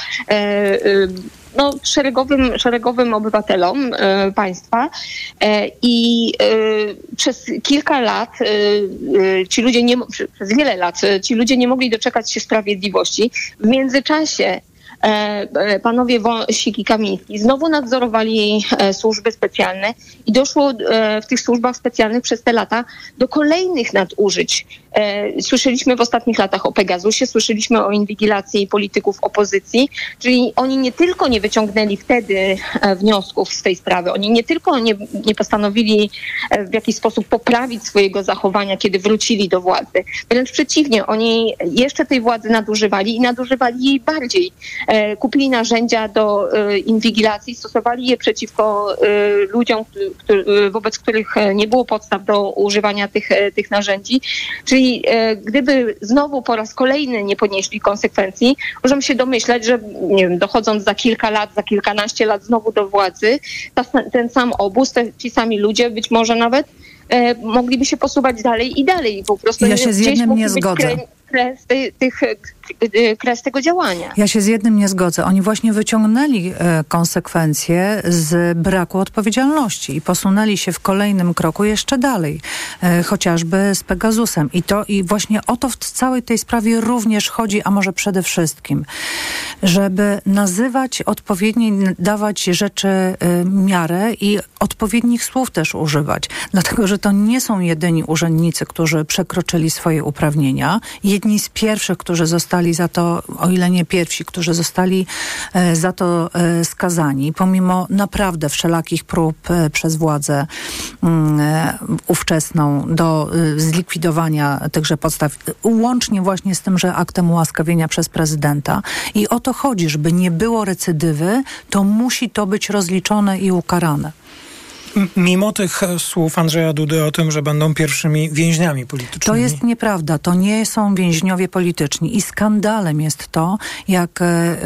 szeregowym obywatelom państwa i przez kilka lat przez wiele lat ci ludzie nie mogli doczekać się sprawiedliwości. W międzyczasie panowie Wąsik i Kamiński znowu nadzorowali służby specjalne i doszło w tych służbach specjalnych przez te lata do kolejnych nadużyć. Słyszeliśmy w ostatnich latach o Pegasusie, słyszeliśmy o inwigilacji polityków opozycji, czyli oni nie tylko nie wyciągnęli wtedy wniosków z tej sprawy, oni nie tylko nie postanowili w jakiś sposób poprawić swojego zachowania, kiedy wrócili do władzy. Wręcz przeciwnie, oni jeszcze tej władzy nadużywali i nadużywali jej bardziej. Kupili narzędzia do inwigilacji, stosowali je przeciwko ludziom, wobec których nie było podstaw do używania tych narzędzi. Czyli gdyby znowu po raz kolejny nie ponieśli konsekwencji, możemy się domyślać, że nie wiem, dochodząc za kilka lat, za kilkanaście lat znowu do władzy, ten sam obóz, ci sami ludzie być może nawet mogliby się posuwać dalej i dalej. Po prostu ja się z jednym nie zgodzę. Kres tego działania. Ja się z jednym nie zgodzę. Oni właśnie wyciągnęli konsekwencje z braku odpowiedzialności i posunęli się w kolejnym kroku jeszcze dalej, chociażby z Pegasusem. I właśnie o to w całej tej sprawie również chodzi, a może przede wszystkim, żeby nazywać odpowiednio, dawać rzeczy miarę i odpowiednich słów też używać. Dlatego, że to nie są jedyni urzędnicy, którzy przekroczyli swoje uprawnienia. Jedni z pierwszych, którzy zostali za to, o ile nie pierwsi, którzy zostali za to skazani, pomimo naprawdę wszelakich prób przez władzę ówczesną do zlikwidowania tychże podstaw, łącznie właśnie z tym, że aktem ułaskawienia przez prezydenta. I o to chodzi, żeby nie było recydywy, to musi to być rozliczone i ukarane. Mimo tych słów Andrzeja Dudy o tym, że będą pierwszymi więźniami politycznymi. To jest nieprawda. To nie są więźniowie polityczni. I skandalem jest to, jak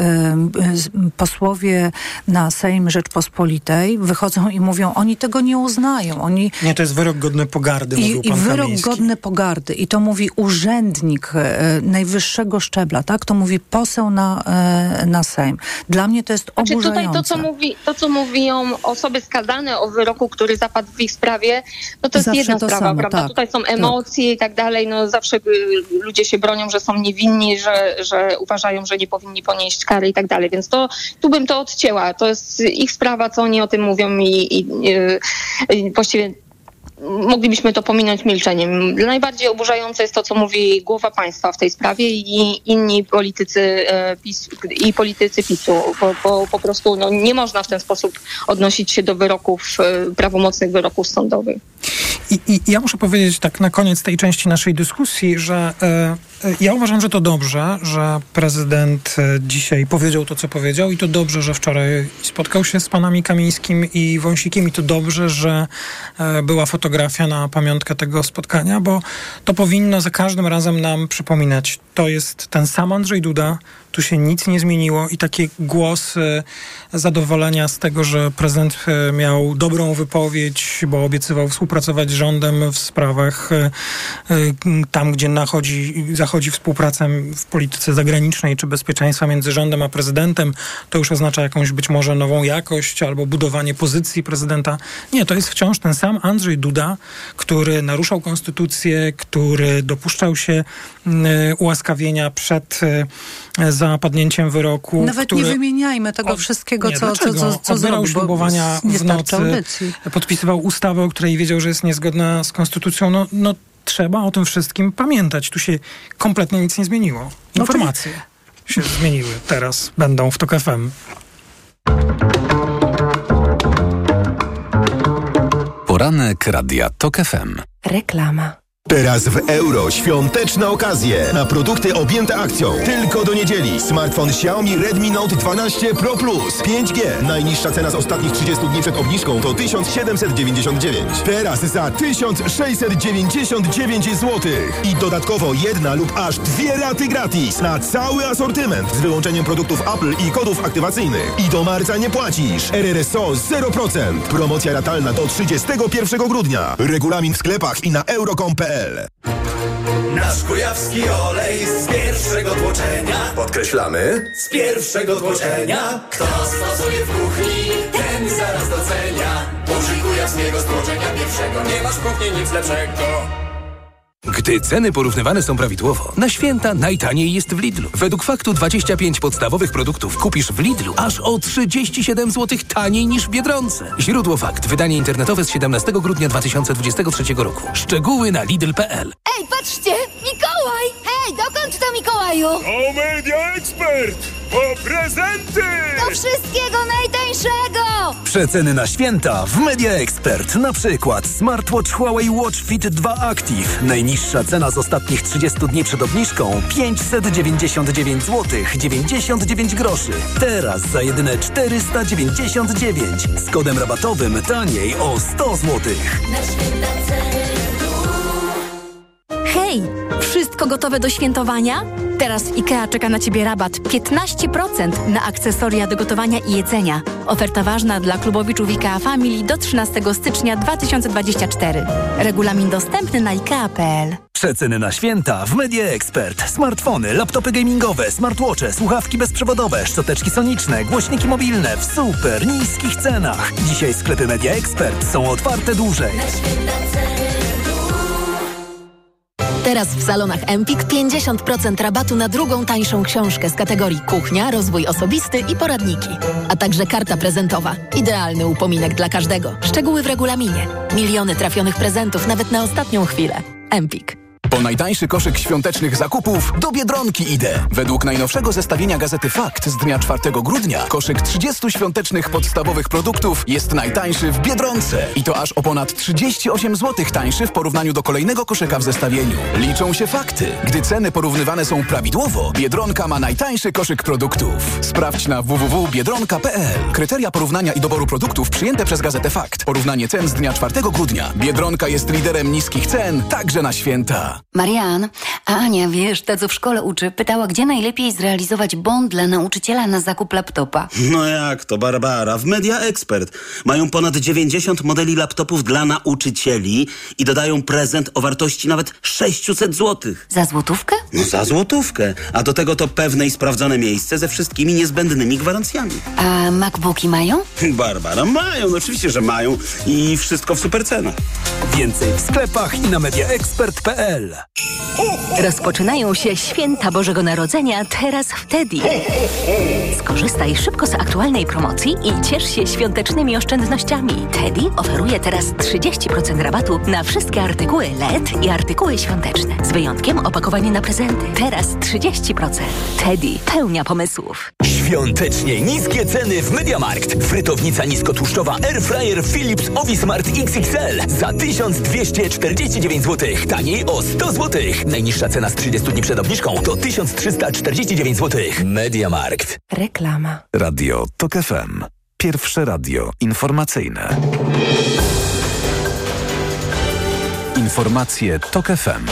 posłowie na Sejm Rzeczpospolitej wychodzą i mówią, oni tego nie uznają. Nie, to jest wyrok godny pogardy, mówił pan Kamiński. I wyrok godny pogardy. I to mówi urzędnik najwyższego szczebla, tak? To mówi poseł na Sejm. Dla mnie to jest oburzające. Tutaj to, co mówią osoby skazane o wyroku, który zapadł w ich sprawie, no to jest zawsze jedna to sprawa, samo, prawda? Tak, tutaj są emocje i tak dalej, no zawsze ludzie się bronią, że są niewinni, że uważają, że nie powinni ponieść kary i tak dalej, więc tu bym to odcięła. To jest ich sprawa, co oni o tym mówią i właściwie moglibyśmy to pominąć milczeniem. Najbardziej oburzające jest to, co mówi głowa państwa w tej sprawie i inni politycy PiS-u, bo po prostu nie można w ten sposób odnosić się do wyroków, prawomocnych wyroków sądowych. I ja muszę powiedzieć tak na koniec tej części naszej dyskusji, że ja uważam, że to dobrze, że prezydent dzisiaj powiedział to, co powiedział i to dobrze, że wczoraj spotkał się z panami Kamińskim i Wąsikiem i to dobrze, że była fotografia na pamiątkę tego spotkania, bo to powinno za każdym razem nam przypominać. To jest ten sam Andrzej Duda, tu się nic nie zmieniło i takie głosy zadowolenia z tego, że prezydent miał dobrą wypowiedź, bo obiecywał współpracować z rządem w sprawach tam, gdzie zachodzi współpraca w polityce zagranicznej czy bezpieczeństwa między rządem a prezydentem. To już oznacza jakąś być może nową jakość albo budowanie pozycji prezydenta. Nie, to jest wciąż ten sam Andrzej Duda, który naruszał konstytucję, który dopuszczał się ułaskawienia przed zapadnięciem wyroku. Nawet nie wymieniajmy tego wszystkiego, co odbierał ślubowania w nocy, podpisywał ustawę, o której wiedział, że jest niezgodna z konstytucją. No trzeba o tym wszystkim pamiętać. Tu się kompletnie nic nie zmieniło. Informacje się zmieniły. Teraz będą w TOK FM. Poranek Radia TOK FM. Reklama. Teraz w Euro świąteczne okazje na produkty objęte akcją. Tylko do niedzieli. Smartfon Xiaomi Redmi Note 12 Pro Plus 5G. Najniższa cena z ostatnich 30 dni przed obniżką to 1799. Teraz za 1699 zł. I dodatkowo jedna lub aż 2 raty gratis na cały asortyment z wyłączeniem produktów Apple i kodów aktywacyjnych. I do marca nie płacisz. RRSO 0%. Promocja ratalna do 31 grudnia. Regulamin w sklepach i na euro.com.pl. Nasz kujawski olej z pierwszego tłoczenia. Podkreślamy. Z pierwszego tłoczenia. Kto stosuje w kuchni, ten zaraz docenia. Użyj kujawskiego z tłoczenia pierwszego. Nie masz w kuchni nic lepszego. Gdy ceny porównywane są prawidłowo, na święta najtaniej jest w Lidlu. Według faktu 25 podstawowych produktów kupisz w Lidlu aż o 37 zł taniej niż w Biedronce. Źródło fakt. Wydanie internetowe z 17 grudnia 2023 roku. Szczegóły na lidl.pl. Ej, patrzcie! Mikołaj! Hej, dokąd to, Mikołaju? O Media Expert! Po prezenty! Do wszystkiego najtańszego! Przeceny na święta w Media Expert. Na przykład smartwatch Huawei Watch Fit 2 Active. Najniższa cena z ostatnich 30 dni przed obniżką 599 zł 99 groszy. Teraz za jedyne 499. Z kodem rabatowym taniej o 100 zł. Hej! Wszystko gotowe do świętowania? Teraz w IKEA czeka na Ciebie rabat 15% na akcesoria do gotowania i jedzenia. Oferta ważna dla klubowiczów IKEA Family do 13 stycznia 2024. Regulamin dostępny na IKEA.pl. Przeceny na święta w Media Expert. Smartfony, laptopy gamingowe, smartwatche, słuchawki bezprzewodowe, szczoteczki soniczne, głośniki mobilne w super niskich cenach. Dzisiaj sklepy Media Expert są otwarte dłużej. Teraz w salonach Empik 50% rabatu na drugą tańszą książkę z kategorii kuchnia, rozwój osobisty i poradniki. A także karta prezentowa. Idealny upominek dla każdego. Szczegóły w regulaminie. Miliony trafionych prezentów nawet na ostatnią chwilę. Empik. Po najtańszy koszyk świątecznych zakupów do Biedronki idę. Według najnowszego zestawienia Gazety Fakt z dnia 4 grudnia koszyk 30 świątecznych podstawowych produktów jest najtańszy w Biedronce. I to aż o ponad 38 zł tańszy w porównaniu do kolejnego koszyka w zestawieniu. Liczą się fakty. Gdy ceny porównywane są prawidłowo, Biedronka ma najtańszy koszyk produktów. Sprawdź na www.biedronka.pl. Kryteria porównania i doboru produktów przyjęte przez Gazetę Fakt. Porównanie cen z dnia 4 grudnia. Biedronka jest liderem niskich cen, także na święta. Marian, a Ania, wiesz, ta co w szkole uczy, pytała, gdzie najlepiej zrealizować bon dla nauczyciela na zakup laptopa. No jak to, Barbara? W Media Expert mają ponad 90 modeli laptopów dla nauczycieli i dodają prezent o wartości nawet 600 zł. Za złotówkę? No za złotówkę. A do tego to pewne i sprawdzone miejsce ze wszystkimi niezbędnymi gwarancjami. A MacBooki mają? Barbara, mają, no oczywiście, że mają i wszystko w super cenach. Więcej w sklepach i na mediaexpert.pl. Rozpoczynają się święta Bożego Narodzenia teraz w Teddy. Skorzystaj szybko z aktualnej promocji i ciesz się świątecznymi oszczędnościami. Teddy oferuje teraz 30% rabatu na wszystkie artykuły LED i artykuły świąteczne. Z wyjątkiem opakowania na prezenty. Teraz 30%. Teddy pełnia pomysłów. Świątecznie niskie ceny w MediaMarkt. Frytownica niskotłuszczowa Airfryer Philips Ovismart XXL za 1249 zł. Taniej o 100 zł. Najniższa cena z 30 dni przed obniżką to 1349 zł. MediaMarkt. Reklama. Radio TOK FM. Pierwsze radio informacyjne. Informacje TOK FM.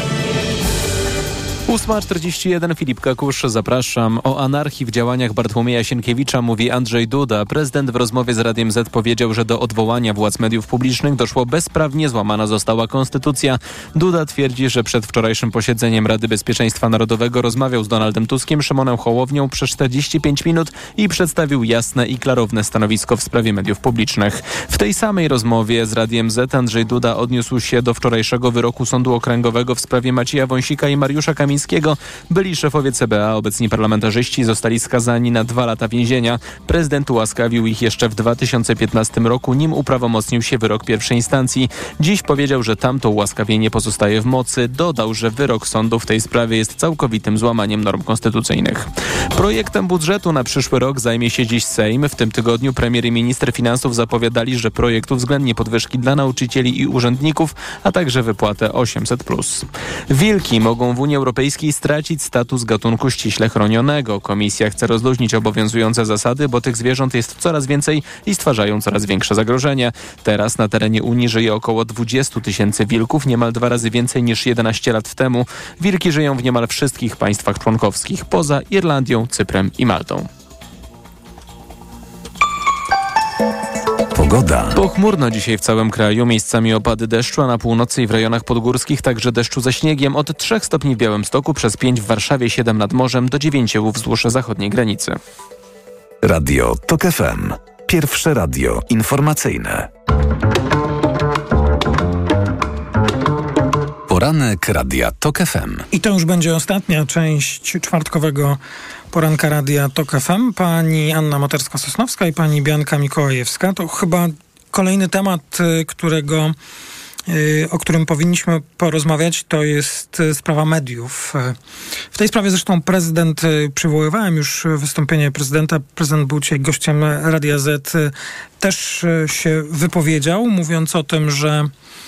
8:41, Filip Kakusz, zapraszam. O anarchii w działaniach Bartłomieja Sienkiewicza mówi Andrzej Duda. Prezydent w rozmowie z Radiem Z powiedział, że do odwołania władz mediów publicznych doszło bezprawnie, złamana została konstytucja. Duda twierdzi, że przed wczorajszym posiedzeniem Rady Bezpieczeństwa Narodowego rozmawiał z Donaldem Tuskiem, Szymonem Hołownią przez 45 minut i przedstawił jasne i klarowne stanowisko w sprawie mediów publicznych. W tej samej rozmowie z Radiem Z Andrzej Duda odniósł się do wczorajszego wyroku Sądu Okręgowego w sprawie Macieja Wąsika i Mariusza Kamińskiego. Byli szefowie CBA, obecni parlamentarzyści, zostali skazani na 2 lata więzienia. Prezydent ułaskawił ich jeszcze w 2015 roku, nim uprawomocnił się wyrok pierwszej instancji. Dziś powiedział, że tamto ułaskawienie pozostaje w mocy. Dodał, że wyrok sądu w tej sprawie jest całkowitym złamaniem norm konstytucyjnych. Projektem budżetu na przyszły rok zajmie się dziś Sejm. W tym tygodniu premier i minister finansów zapowiadali, że projekt uwzględni podwyżki dla nauczycieli i urzędników, a także wypłatę 800+. Wilki mogą w Unii Europejskiej stracić status gatunku ściśle chronionego. Komisja chce rozluźnić obowiązujące zasady, bo tych zwierząt jest coraz więcej i stwarzają coraz większe zagrożenie. Teraz na terenie Unii żyje około 20 000 wilków, niemal 2 razy więcej niż 11 lat temu. Wilki żyją w niemal wszystkich państwach członkowskich, poza Irlandią, Cyprem i Maltą. Pogoda. Pochmurno dzisiaj w całym kraju, miejscami opady deszczu, a na północy i w rejonach podgórskich także deszczu ze śniegiem. Od 3 stopni w Białymstoku, przez 5 w Warszawie, 7 nad morzem, do 9 wzdłuż zachodniej granicy. Radio TOK FM. Pierwsze radio informacyjne. Poranek Radia TOK FM. I to już będzie ostatnia część czwartkowego Poranka Radia TOK FM. Pani Anna Materska-Sosnowska i pani Bianka Mikołajewska. To chyba kolejny temat, o którym powinniśmy porozmawiać, to jest sprawa mediów. W tej sprawie zresztą przywoływałem już wystąpienie prezydenta. Prezydent był dzisiaj gościem Radia Z. Też się wypowiedział, mówiąc o tym, że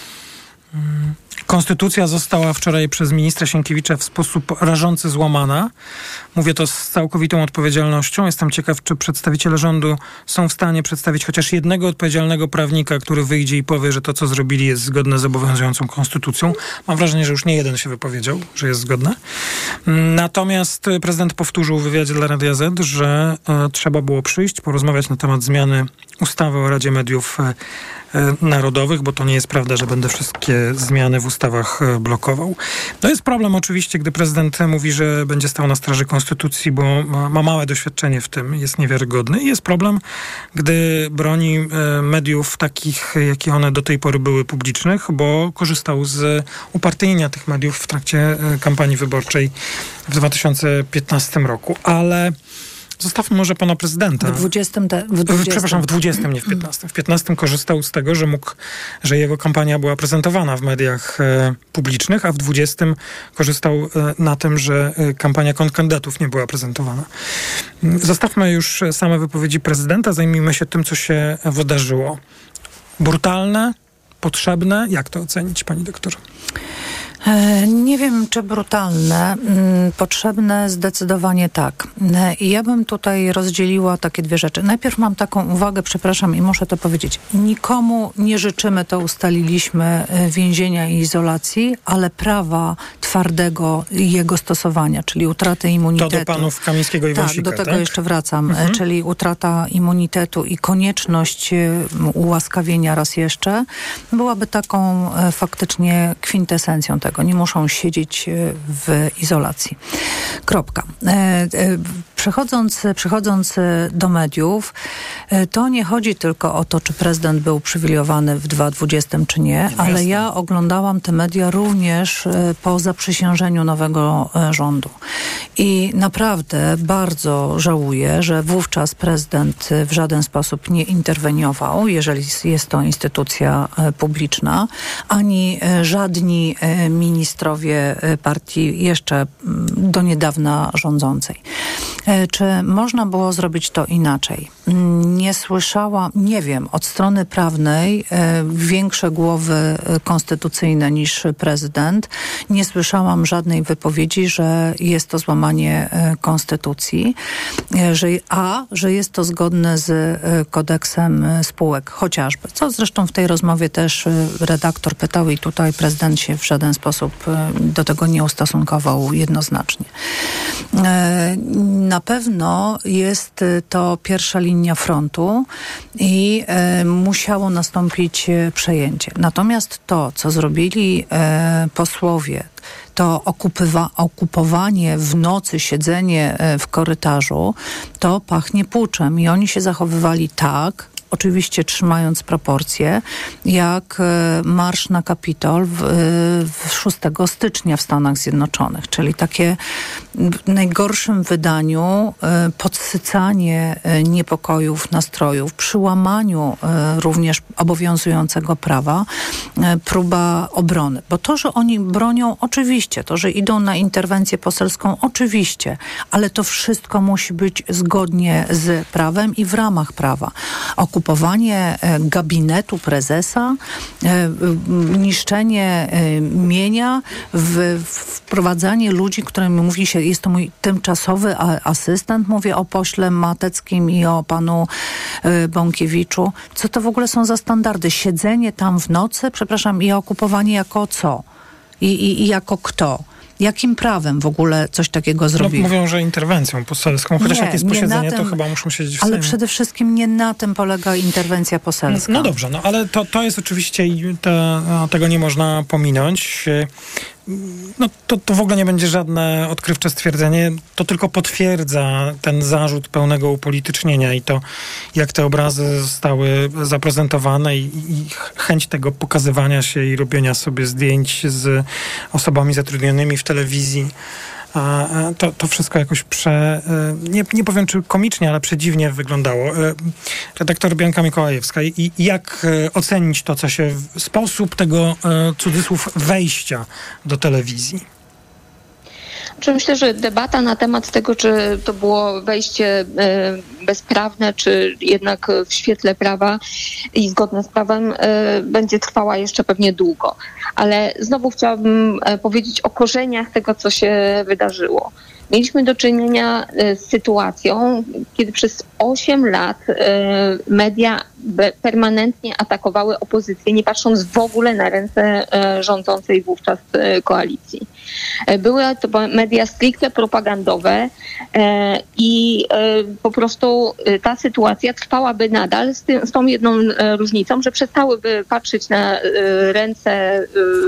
konstytucja została wczoraj przez ministra Sienkiewicza w sposób rażący złamana. Mówię to z całkowitą odpowiedzialnością. Jestem ciekaw, czy przedstawiciele rządu są w stanie przedstawić chociaż jednego odpowiedzialnego prawnika, który wyjdzie i powie, że to, co zrobili, jest zgodne z obowiązującą konstytucją. Mam wrażenie, że już nie jeden się wypowiedział, że jest zgodne. Natomiast prezydent powtórzył w wywiadzie dla Radia Z, że trzeba było przyjść, porozmawiać na temat zmiany ustawy o Radzie Mediów Narodowych, bo to nie jest prawda, że będę wszystkie zmiany w ustawach blokował. To jest problem oczywiście, gdy prezydent mówi, że będzie stał na straży konstytucji, bo ma małe doświadczenie w tym, jest niewiarygodny. I jest problem, gdy broni mediów takich, jakie one do tej pory były publicznych, bo korzystał z upartyjnienia tych mediów w trakcie kampanii wyborczej w 2015 roku. Ale zostawmy może pana prezydenta. W 20. Przepraszam, w 20, nie w 15. W 15 korzystał z tego, że jego kampania była prezentowana w mediach publicznych, a w 20 korzystał na tym, że kampania kontrkandydatów nie była prezentowana. Zostawmy już same wypowiedzi prezydenta, zajmijmy się tym, co się wydarzyło. Brutalne, potrzebne. Jak to ocenić, pani doktor? Nie wiem, czy brutalne. Potrzebne zdecydowanie tak. I ja bym tutaj rozdzieliła takie dwie rzeczy. Najpierw mam taką uwagę, przepraszam i muszę to powiedzieć. Nikomu nie życzymy, to ustaliliśmy, więzienia i izolacji, ale prawa twardego jego stosowania, czyli utraty immunitetu. To do panów Kamińskiego i Wąsika, tak? Do tego jeszcze wracam. Czyli utrata immunitetu i konieczność ułaskawienia raz jeszcze byłaby taką faktycznie kwintesencją tego. Nie muszą siedzieć w izolacji. Kropka. Przechodząc do mediów, to nie chodzi tylko o to, czy prezydent był uprzywilejowany w 2020 czy nie, ale ja oglądałam te media również po zaprzysiężeniu nowego rządu. I naprawdę bardzo żałuję, że wówczas prezydent w żaden sposób nie interweniował, jeżeli jest to instytucja publiczna, ani żadni ministrowie partii jeszcze do niedawna rządzącej. Czy można było zrobić to inaczej? Nie słyszałam, nie wiem, od strony prawnej większe głowy konstytucyjne niż prezydent. Nie słyszałam żadnej wypowiedzi, że jest to złamanie konstytucji, że jest to zgodne z kodeksem spółek chociażby. Co zresztą w tej rozmowie też redaktor pytał i tutaj prezydent się w żaden sposób do tego nie ustosunkował jednoznacznie. Na pewno jest to pierwsza linia frontu i musiało nastąpić przejęcie. Natomiast to, co zrobili posłowie, to okupowanie w nocy, siedzenie w korytarzu, to pachnie puczem. I oni się zachowywali tak, oczywiście trzymając proporcje, jak marsz na Kapitol w 6 stycznia w Stanach Zjednoczonych, czyli takie w najgorszym wydaniu podsycanie niepokojów, nastrojów, przy łamaniu również obowiązującego prawa, próba obrony. Bo to, że oni bronią, oczywiście, to, że idą na interwencję poselską, oczywiście, ale to wszystko musi być zgodnie z prawem i w ramach prawa. Okupowanie gabinetu prezesa, niszczenie mienia, wprowadzanie ludzi, którym mówi się, jest to mój tymczasowy asystent, mówię o pośle Mateckim i o panu Bąkiewiczu. Co to w ogóle są za standardy? Siedzenie tam w nocy, przepraszam, i okupowanie jako co? I jako kto? Jakim prawem w ogóle coś takiego zrobili? Mówią, że interwencją poselską, chociaż jak jest posiedzenie, to chyba muszą siedzieć w Sejmie. Ale przede wszystkim nie na tym polega interwencja poselska. No dobrze, ale to jest oczywiście, tego nie można pominąć. no to w ogóle nie będzie żadne odkrywcze stwierdzenie. To tylko potwierdza ten zarzut pełnego upolitycznienia i to, jak te obrazy zostały zaprezentowane i chęć tego pokazywania się i robienia sobie zdjęć z osobami zatrudnionymi w telewizji. To wszystko jakoś nie powiem czy komicznie, ale przedziwnie wyglądało. Redaktor Bianka Mikołajewska. I jak ocenić to, co się, sposób tego, cudzysłów, wejścia do telewizji? Myślę, że debata na temat tego, czy to było wejście bezprawne, czy jednak w świetle prawa i zgodne z prawem będzie trwała jeszcze pewnie długo. Ale znowu chciałabym powiedzieć o korzeniach tego, co się wydarzyło. Mieliśmy do czynienia z sytuacją, kiedy przez 8 lat media permanentnie atakowały opozycję, nie patrząc w ogóle na ręce rządzącej wówczas koalicji. Były to media stricte propagandowe i po prostu ta sytuacja trwałaby nadal z tą jedną różnicą, że przestałyby patrzeć na ręce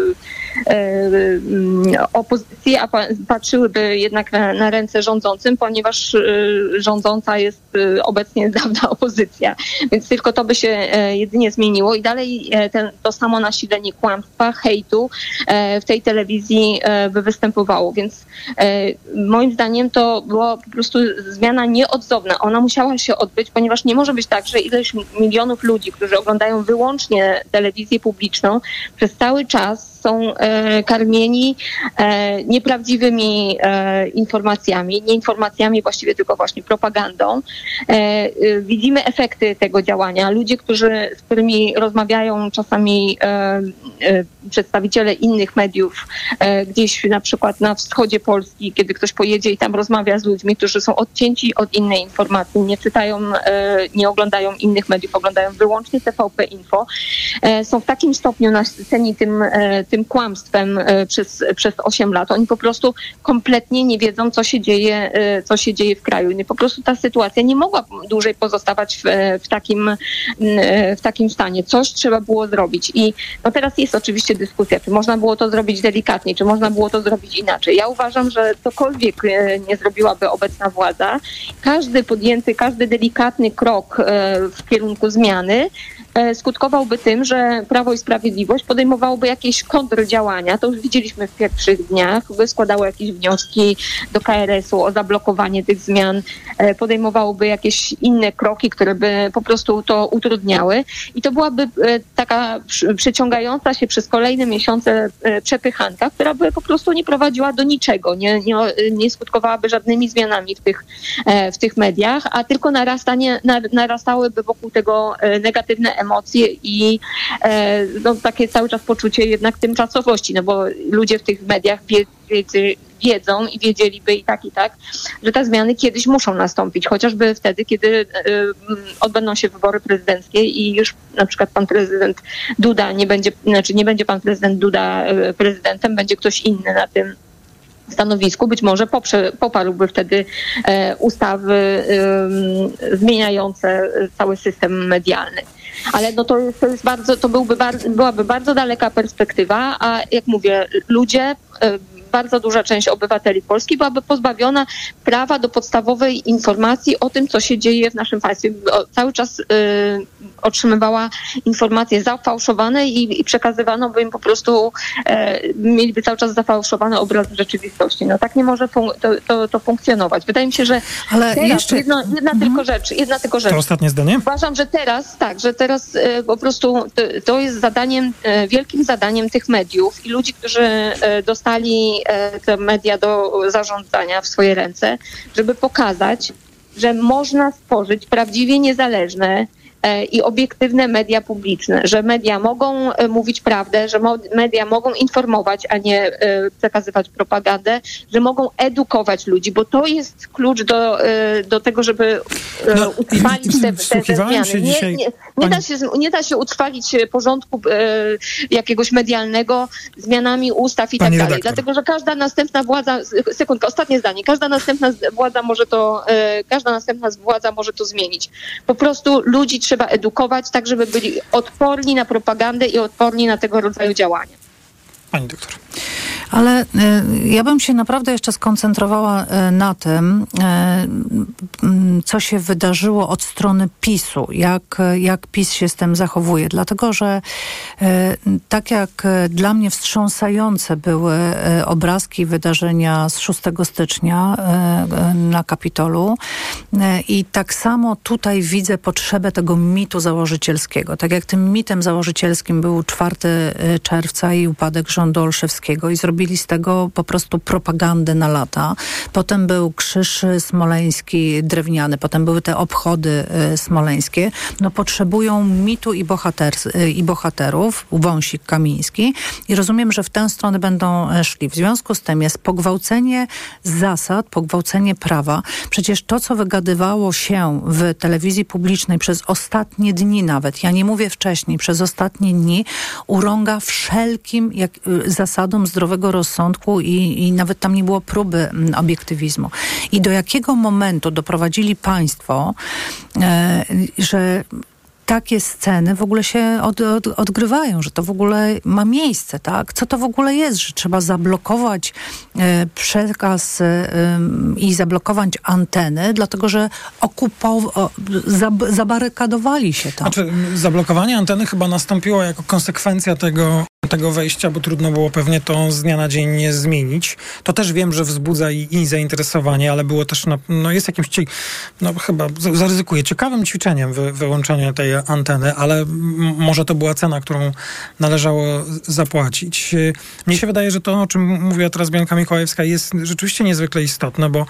opozycji, a patrzyłyby jednak na ręce rządzącym, ponieważ rządząca jest obecnie dawna opozycja. Więc tylko to by się jedynie zmieniło i dalej to samo nasilenie kłamstwa, hejtu w tej telewizji by występowało. Więc moim zdaniem to była po prostu zmiana nieodzowna. Ona musiała się odbyć, ponieważ nie może być tak, że ileś milionów ludzi, którzy oglądają wyłącznie telewizję publiczną, przez cały czas są karmieni nieprawdziwymi informacjami, nie informacjami właściwie, tylko właśnie propagandą. Widzimy efekty tego działania. Ludzie, z którymi rozmawiają czasami przedstawiciele innych mediów, gdzieś na przykład na wschodzie Polski, kiedy ktoś pojedzie i tam rozmawia z ludźmi, którzy są odcięci od innej informacji, nie czytają, nie oglądają innych mediów, oglądają wyłącznie TVP Info, są w takim stopniu nasyceni tym kłamstwem przez 8 lat. Oni po prostu kompletnie nie wiedzą, co się dzieje w kraju. Po prostu ta sytuacja nie mogła dłużej pozostawać w takim stanie. Coś trzeba było zrobić. I no teraz jest oczywiście dyskusja, czy można było to zrobić delikatniej, czy można było to zrobić inaczej. Ja uważam, że cokolwiek nie zrobiłaby obecna władza, każdy delikatny krok w kierunku zmiany skutkowałby tym, że Prawo i Sprawiedliwość podejmowałoby jakieś kontrdziałania. To już widzieliśmy w pierwszych dniach. Składało jakieś wnioski do KRS-u o zablokowanie tych zmian. Podejmowałoby jakieś inne kroki, które by po prostu to utrudniały. I to byłaby taka przeciągająca się przez kolejne miesiące przepychanka, która by po prostu nie prowadziła do niczego. Nie skutkowałaby żadnymi zmianami w tych mediach, a tylko narastałyby wokół tego negatywne emocje i takie cały czas poczucie jednak tymczasowości, no bo ludzie w tych mediach wiedzą i wiedzieliby i tak, że te zmiany kiedyś muszą nastąpić, chociażby wtedy, kiedy odbędą się wybory prezydenckie i już na przykład pan prezydent Duda nie będzie pan prezydent Duda prezydentem, będzie ktoś inny na tym stanowisku, być może poparłby wtedy ustawy zmieniające cały system medialny. Ale no byłaby bardzo daleka perspektywa, a jak mówię, ludzie, bardzo duża część obywateli Polski byłaby pozbawiona prawa do podstawowej informacji o tym, co się dzieje w naszym państwie. Cały czas otrzymywała informacje zafałszowane i przekazywano by im po prostu, mieliby cały czas zafałszowany obraz rzeczywistości. No tak nie może to funkcjonować. Wydaje mi się, że ale teraz jeszcze... jedna tylko rzecz. To ostatnie zdanie? Uważam, że teraz po prostu to jest wielkim zadaniem tych mediów i ludzi, którzy dostali te media do zarządzania w swoje ręce, żeby pokazać, że można stworzyć prawdziwie niezależne i obiektywne media publiczne, że media mogą mówić prawdę, że media mogą informować, a nie przekazywać propagandę, że mogą edukować ludzi, bo to jest klucz do tego, żeby utrwalić te zmiany. Nie da się utrwalić porządku jakiegoś medialnego zmianami ustaw i tak dalej. Dlatego, że każda następna władza, ostatnie zdanie, każda następna władza może to zmienić. Po prostu ludzi trzeba edukować tak, żeby byli odporni na propagandę i odporni na tego rodzaju działania. Pani doktor. Ale ja bym się naprawdę jeszcze skoncentrowała na tym, co się wydarzyło od strony PiS-u, jak PiS się z tym zachowuje. Dlatego, że tak jak dla mnie wstrząsające były obrazki wydarzenia z 6 stycznia na Kapitolu i tak samo tutaj widzę potrzebę tego mitu założycielskiego. Tak jak tym mitem założycielskim był 4 czerwca i upadek rządu Olszewskiego i zrobili z tego po prostu propagandę na lata. Potem był krzyż smoleński drewniany, potem były te obchody smoleńskie. No potrzebują mitu i bohaterów, Wąsik, Kamiński i rozumiem, że w tę stronę będą szli. W związku z tym jest pogwałcenie zasad, pogwałcenie prawa. Przecież to, co wygadywało się w telewizji publicznej przez ostatnie dni nawet, ja nie mówię wcześniej, przez ostatnie dni urąga wszelkim zasadom zdrowego rozsądku i nawet tam nie było próby obiektywizmu. I do jakiego momentu doprowadzili państwo, że takie sceny w ogóle się odgrywają, że to w ogóle ma miejsce, tak? Co to w ogóle jest, że trzeba zablokować przekaz i zablokować anteny, dlatego że zabarykadowali się tam. Znaczy, zablokowanie anteny chyba nastąpiło jako konsekwencja tego wejścia, bo trudno było pewnie to z dnia na dzień nie zmienić. To też wiem, że wzbudza i zainteresowanie, ale było też, jest jakimś, chyba zaryzykuję, ciekawym ćwiczeniem wyłączenia tej anteny, ale może to była cena, którą należało zapłacić. Mnie się wydaje, że to, o czym mówiła teraz Bianka Mikołajewska, jest rzeczywiście niezwykle istotne, bo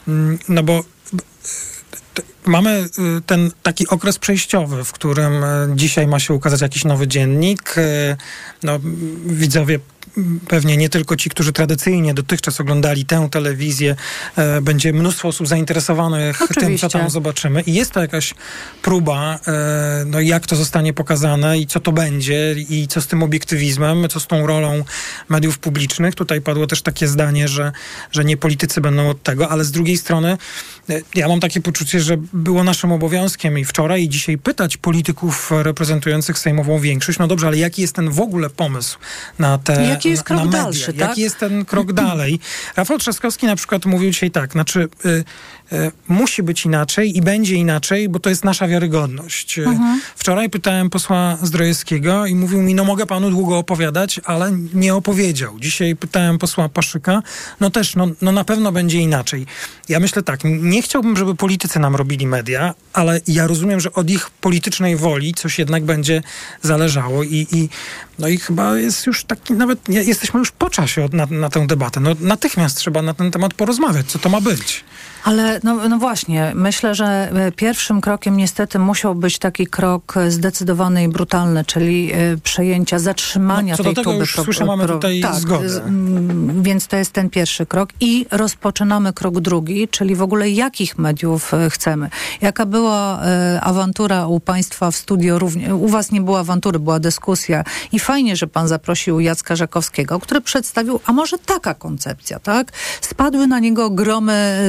mamy ten taki okres przejściowy, w którym dzisiaj ma się ukazać jakiś nowy dziennik. Widzowie, pewnie nie tylko ci, którzy tradycyjnie dotychczas oglądali tę telewizję, będzie mnóstwo osób zainteresowanych tym, co tam zobaczymy. I jest to jakaś próba, jak to zostanie pokazane i co to będzie i co z tym obiektywizmem, co z tą rolą mediów publicznych. Tutaj padło też takie zdanie, że nie politycy będą od tego, ale z drugiej strony ja mam takie poczucie, że było naszym obowiązkiem i wczoraj i dzisiaj pytać polityków reprezentujących sejmową większość, no dobrze, ale jaki jest ten w ogóle pomysł na te Jaki jest krok dalszy, tak? Jaki jest ten krok dalej? Rafał Trzaskowski na przykład mówił dzisiaj tak, musi być inaczej i będzie inaczej, bo to jest nasza wiarygodność. Wczoraj pytałem posła Zdrojewskiego i mówił mi, mogę panu długo opowiadać, ale nie opowiedział. Dzisiaj pytałem posła Paszyka, też na pewno będzie inaczej. Ja myślę tak, nie chciałbym, żeby politycy nam robili media, ale ja rozumiem, że od ich politycznej woli coś jednak będzie zależało i chyba jest już taki, nawet jesteśmy już po czasie na tę debatę. Natychmiast trzeba na ten temat porozmawiać, co to ma być. Ale właśnie, myślę, że pierwszym krokiem niestety musiał być taki krok zdecydowany i brutalny, czyli przejęcia, zatrzymania tej tuby. Co do tego już słyszę, mamy tutaj zgodę. Więc to jest ten pierwszy krok i rozpoczynamy krok drugi, czyli w ogóle jakich mediów chcemy. Jaka była awantura u państwa w studio, u was nie było awantury, była dyskusja i fajnie, że pan zaprosił Jacka Żakowskiego, który przedstawił, a może taka koncepcja, tak? Spadły na niego gromy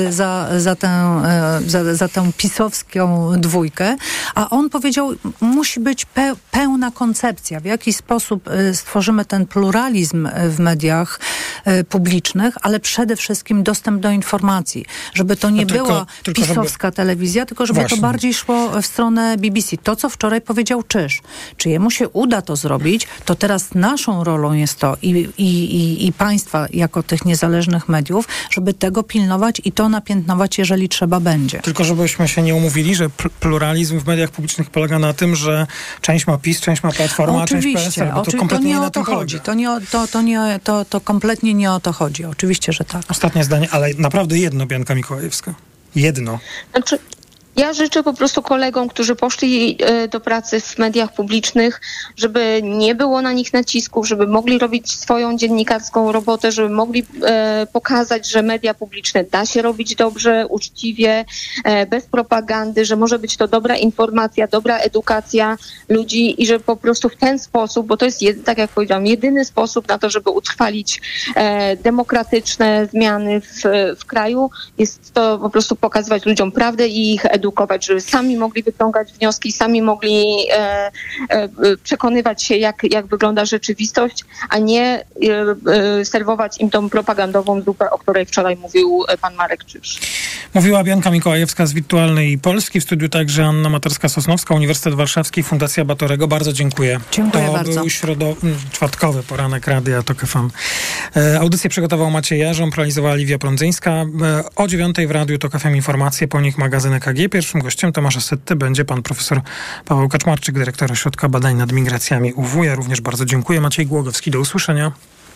za tę pisowską dwójkę, a on powiedział, musi być pełna koncepcja, w jaki sposób stworzymy ten pluralizm w mediach publicznych, ale przede wszystkim dostęp do informacji, żeby to nie była pisowska telewizja, tylko żeby to bardziej szło w stronę BBC. To, co wczoraj powiedział Czyż. Czy jemu się uda to zrobić, to teraz naszą rolą jest to i państwa jako tych niezależnych mediów, żeby tego pilnować i to napiętnować, jeżeli trzeba będzie. Tylko żebyśmy się nie umówili, że pluralizm w mediach publicznych polega na tym, że część ma PiS, część ma Platforma, a część PSL, bo to kompletnie nie o to chodzi. To kompletnie nie o to chodzi. Oczywiście, że tak. Ostatnie zdanie, ale naprawdę jedno, Bianka Mikołajewska. Jedno. Ja życzę po prostu kolegom, którzy poszli do pracy w mediach publicznych, żeby nie było na nich nacisków, żeby mogli robić swoją dziennikarską robotę, żeby mogli pokazać, że media publiczne da się robić dobrze, uczciwie, bez propagandy, że może być to dobra informacja, dobra edukacja ludzi i że po prostu w ten sposób, bo to jest, tak jak powiedziałam, jedyny sposób na to, żeby utrwalić demokratyczne zmiany w kraju, jest to po prostu pokazywać ludziom prawdę i ich edukować edukować, żeby sami mogli wyciągać wnioski, sami mogli przekonywać się, jak wygląda rzeczywistość, a nie serwować im tą propagandową zupę, o której wczoraj mówił pan Marek Czyż. Mówiła Bianka Mikołajewska z Wirtualnej Polski, w studiu także Anna Materska-Sosnowska, Uniwersytet Warszawski, Fundacja Batorego. Bardzo dziękuję. Dziękuję bardzo. To był czwartkowy poranek Radia TOK FM. Audycję przygotował Maciej Jarząb, realizowała Liwia Prądzyńska. O 9:00 w Radiu TOK FM informacje, po nich magazyn EKG. Pierwszym gościem Tomasza Setty będzie pan profesor Paweł Kaczmarczyk, dyrektor Ośrodka Badań nad Migracjami UW. Ja również bardzo dziękuję. Maciej Głogowski, do usłyszenia.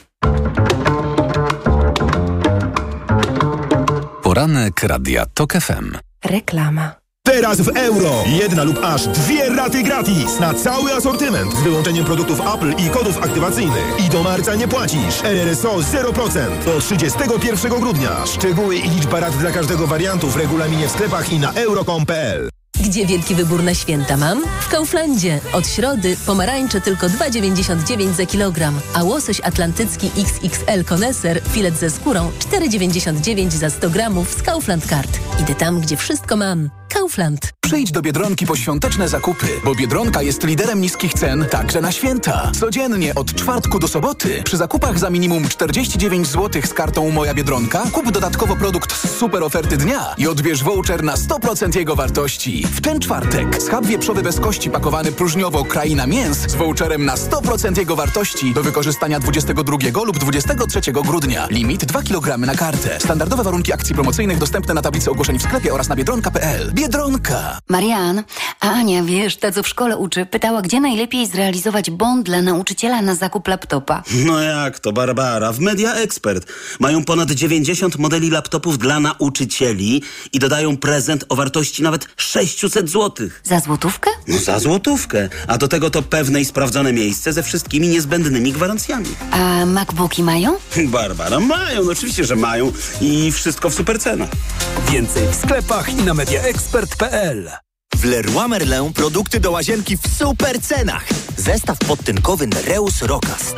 Poranek Radia TOK FM. Reklama. Teraz w euro. 1 lub aż 2 raty gratis na cały asortyment z wyłączeniem produktów Apple i kodów aktywacyjnych. I do marca nie płacisz. RRSO 0% do 31 grudnia. Szczegóły i liczba rat dla każdego wariantu w regulaminie w sklepach i na euro.com.pl. Gdzie wielki wybór na święta mam? W Kauflandzie. Od środy pomarańcze tylko 2,99 za kilogram, a łosoś atlantycki XXL Koneser, filet ze skórą 4,99 za 100 gramów z Kaufland Card. Idę tam, gdzie wszystko mam. Kaufland. Przyjdź do Biedronki po świąteczne zakupy, bo Biedronka jest liderem niskich cen także na święta. Codziennie od czwartku do soboty przy zakupach za minimum 49 zł z kartą Moja Biedronka kup dodatkowo produkt z super oferty dnia i odbierz voucher na 100% jego wartości. W ten czwartek schab wieprzowy bez kości pakowany próżniowo Kraina Mięs z voucherem na 100% jego wartości do wykorzystania 22 lub 23 grudnia. Limit 2 kg na kartę. Standardowe warunki akcji promocyjnych dostępne na tablicy ogłoszeń w sklepie oraz na biedronka.pl. Biedronka. Marian, a Ania, wiesz, ta co w szkole uczy, pytała, gdzie najlepiej zrealizować bon dla nauczyciela na zakup laptopa. No jak to, Barbara? W Media Expert mają ponad 90 modeli laptopów dla nauczycieli i dodają prezent o wartości nawet 600 zł. Za złotówkę? No za złotówkę. A do tego to pewne i sprawdzone miejsce ze wszystkimi niezbędnymi gwarancjami. A MacBooki mają? Barbara, mają, no oczywiście, że mają i wszystko w super cenach. Więcej w sklepach i na mediaexpert.pl. W Leroy Merlin produkty do łazienki w super cenach. Zestaw podtynkowy Nereus Roka z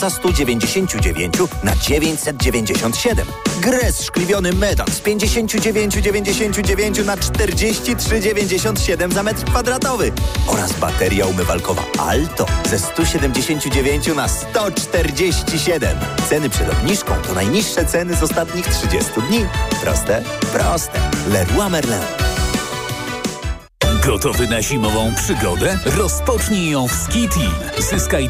1199 na 997. Gres szkliwiony Medan z 59,99 na 43,97 za metr kwadratowy. Oraz bateria umywalkowa Alto ze 179 na 147. Ceny przed obniżką to najniższe ceny z ostatnich 30 dni. Proste? Proste. Leroy Merlin. Gotowy na zimową przygodę? Rozpocznij ją w Ski Team. Zyskaj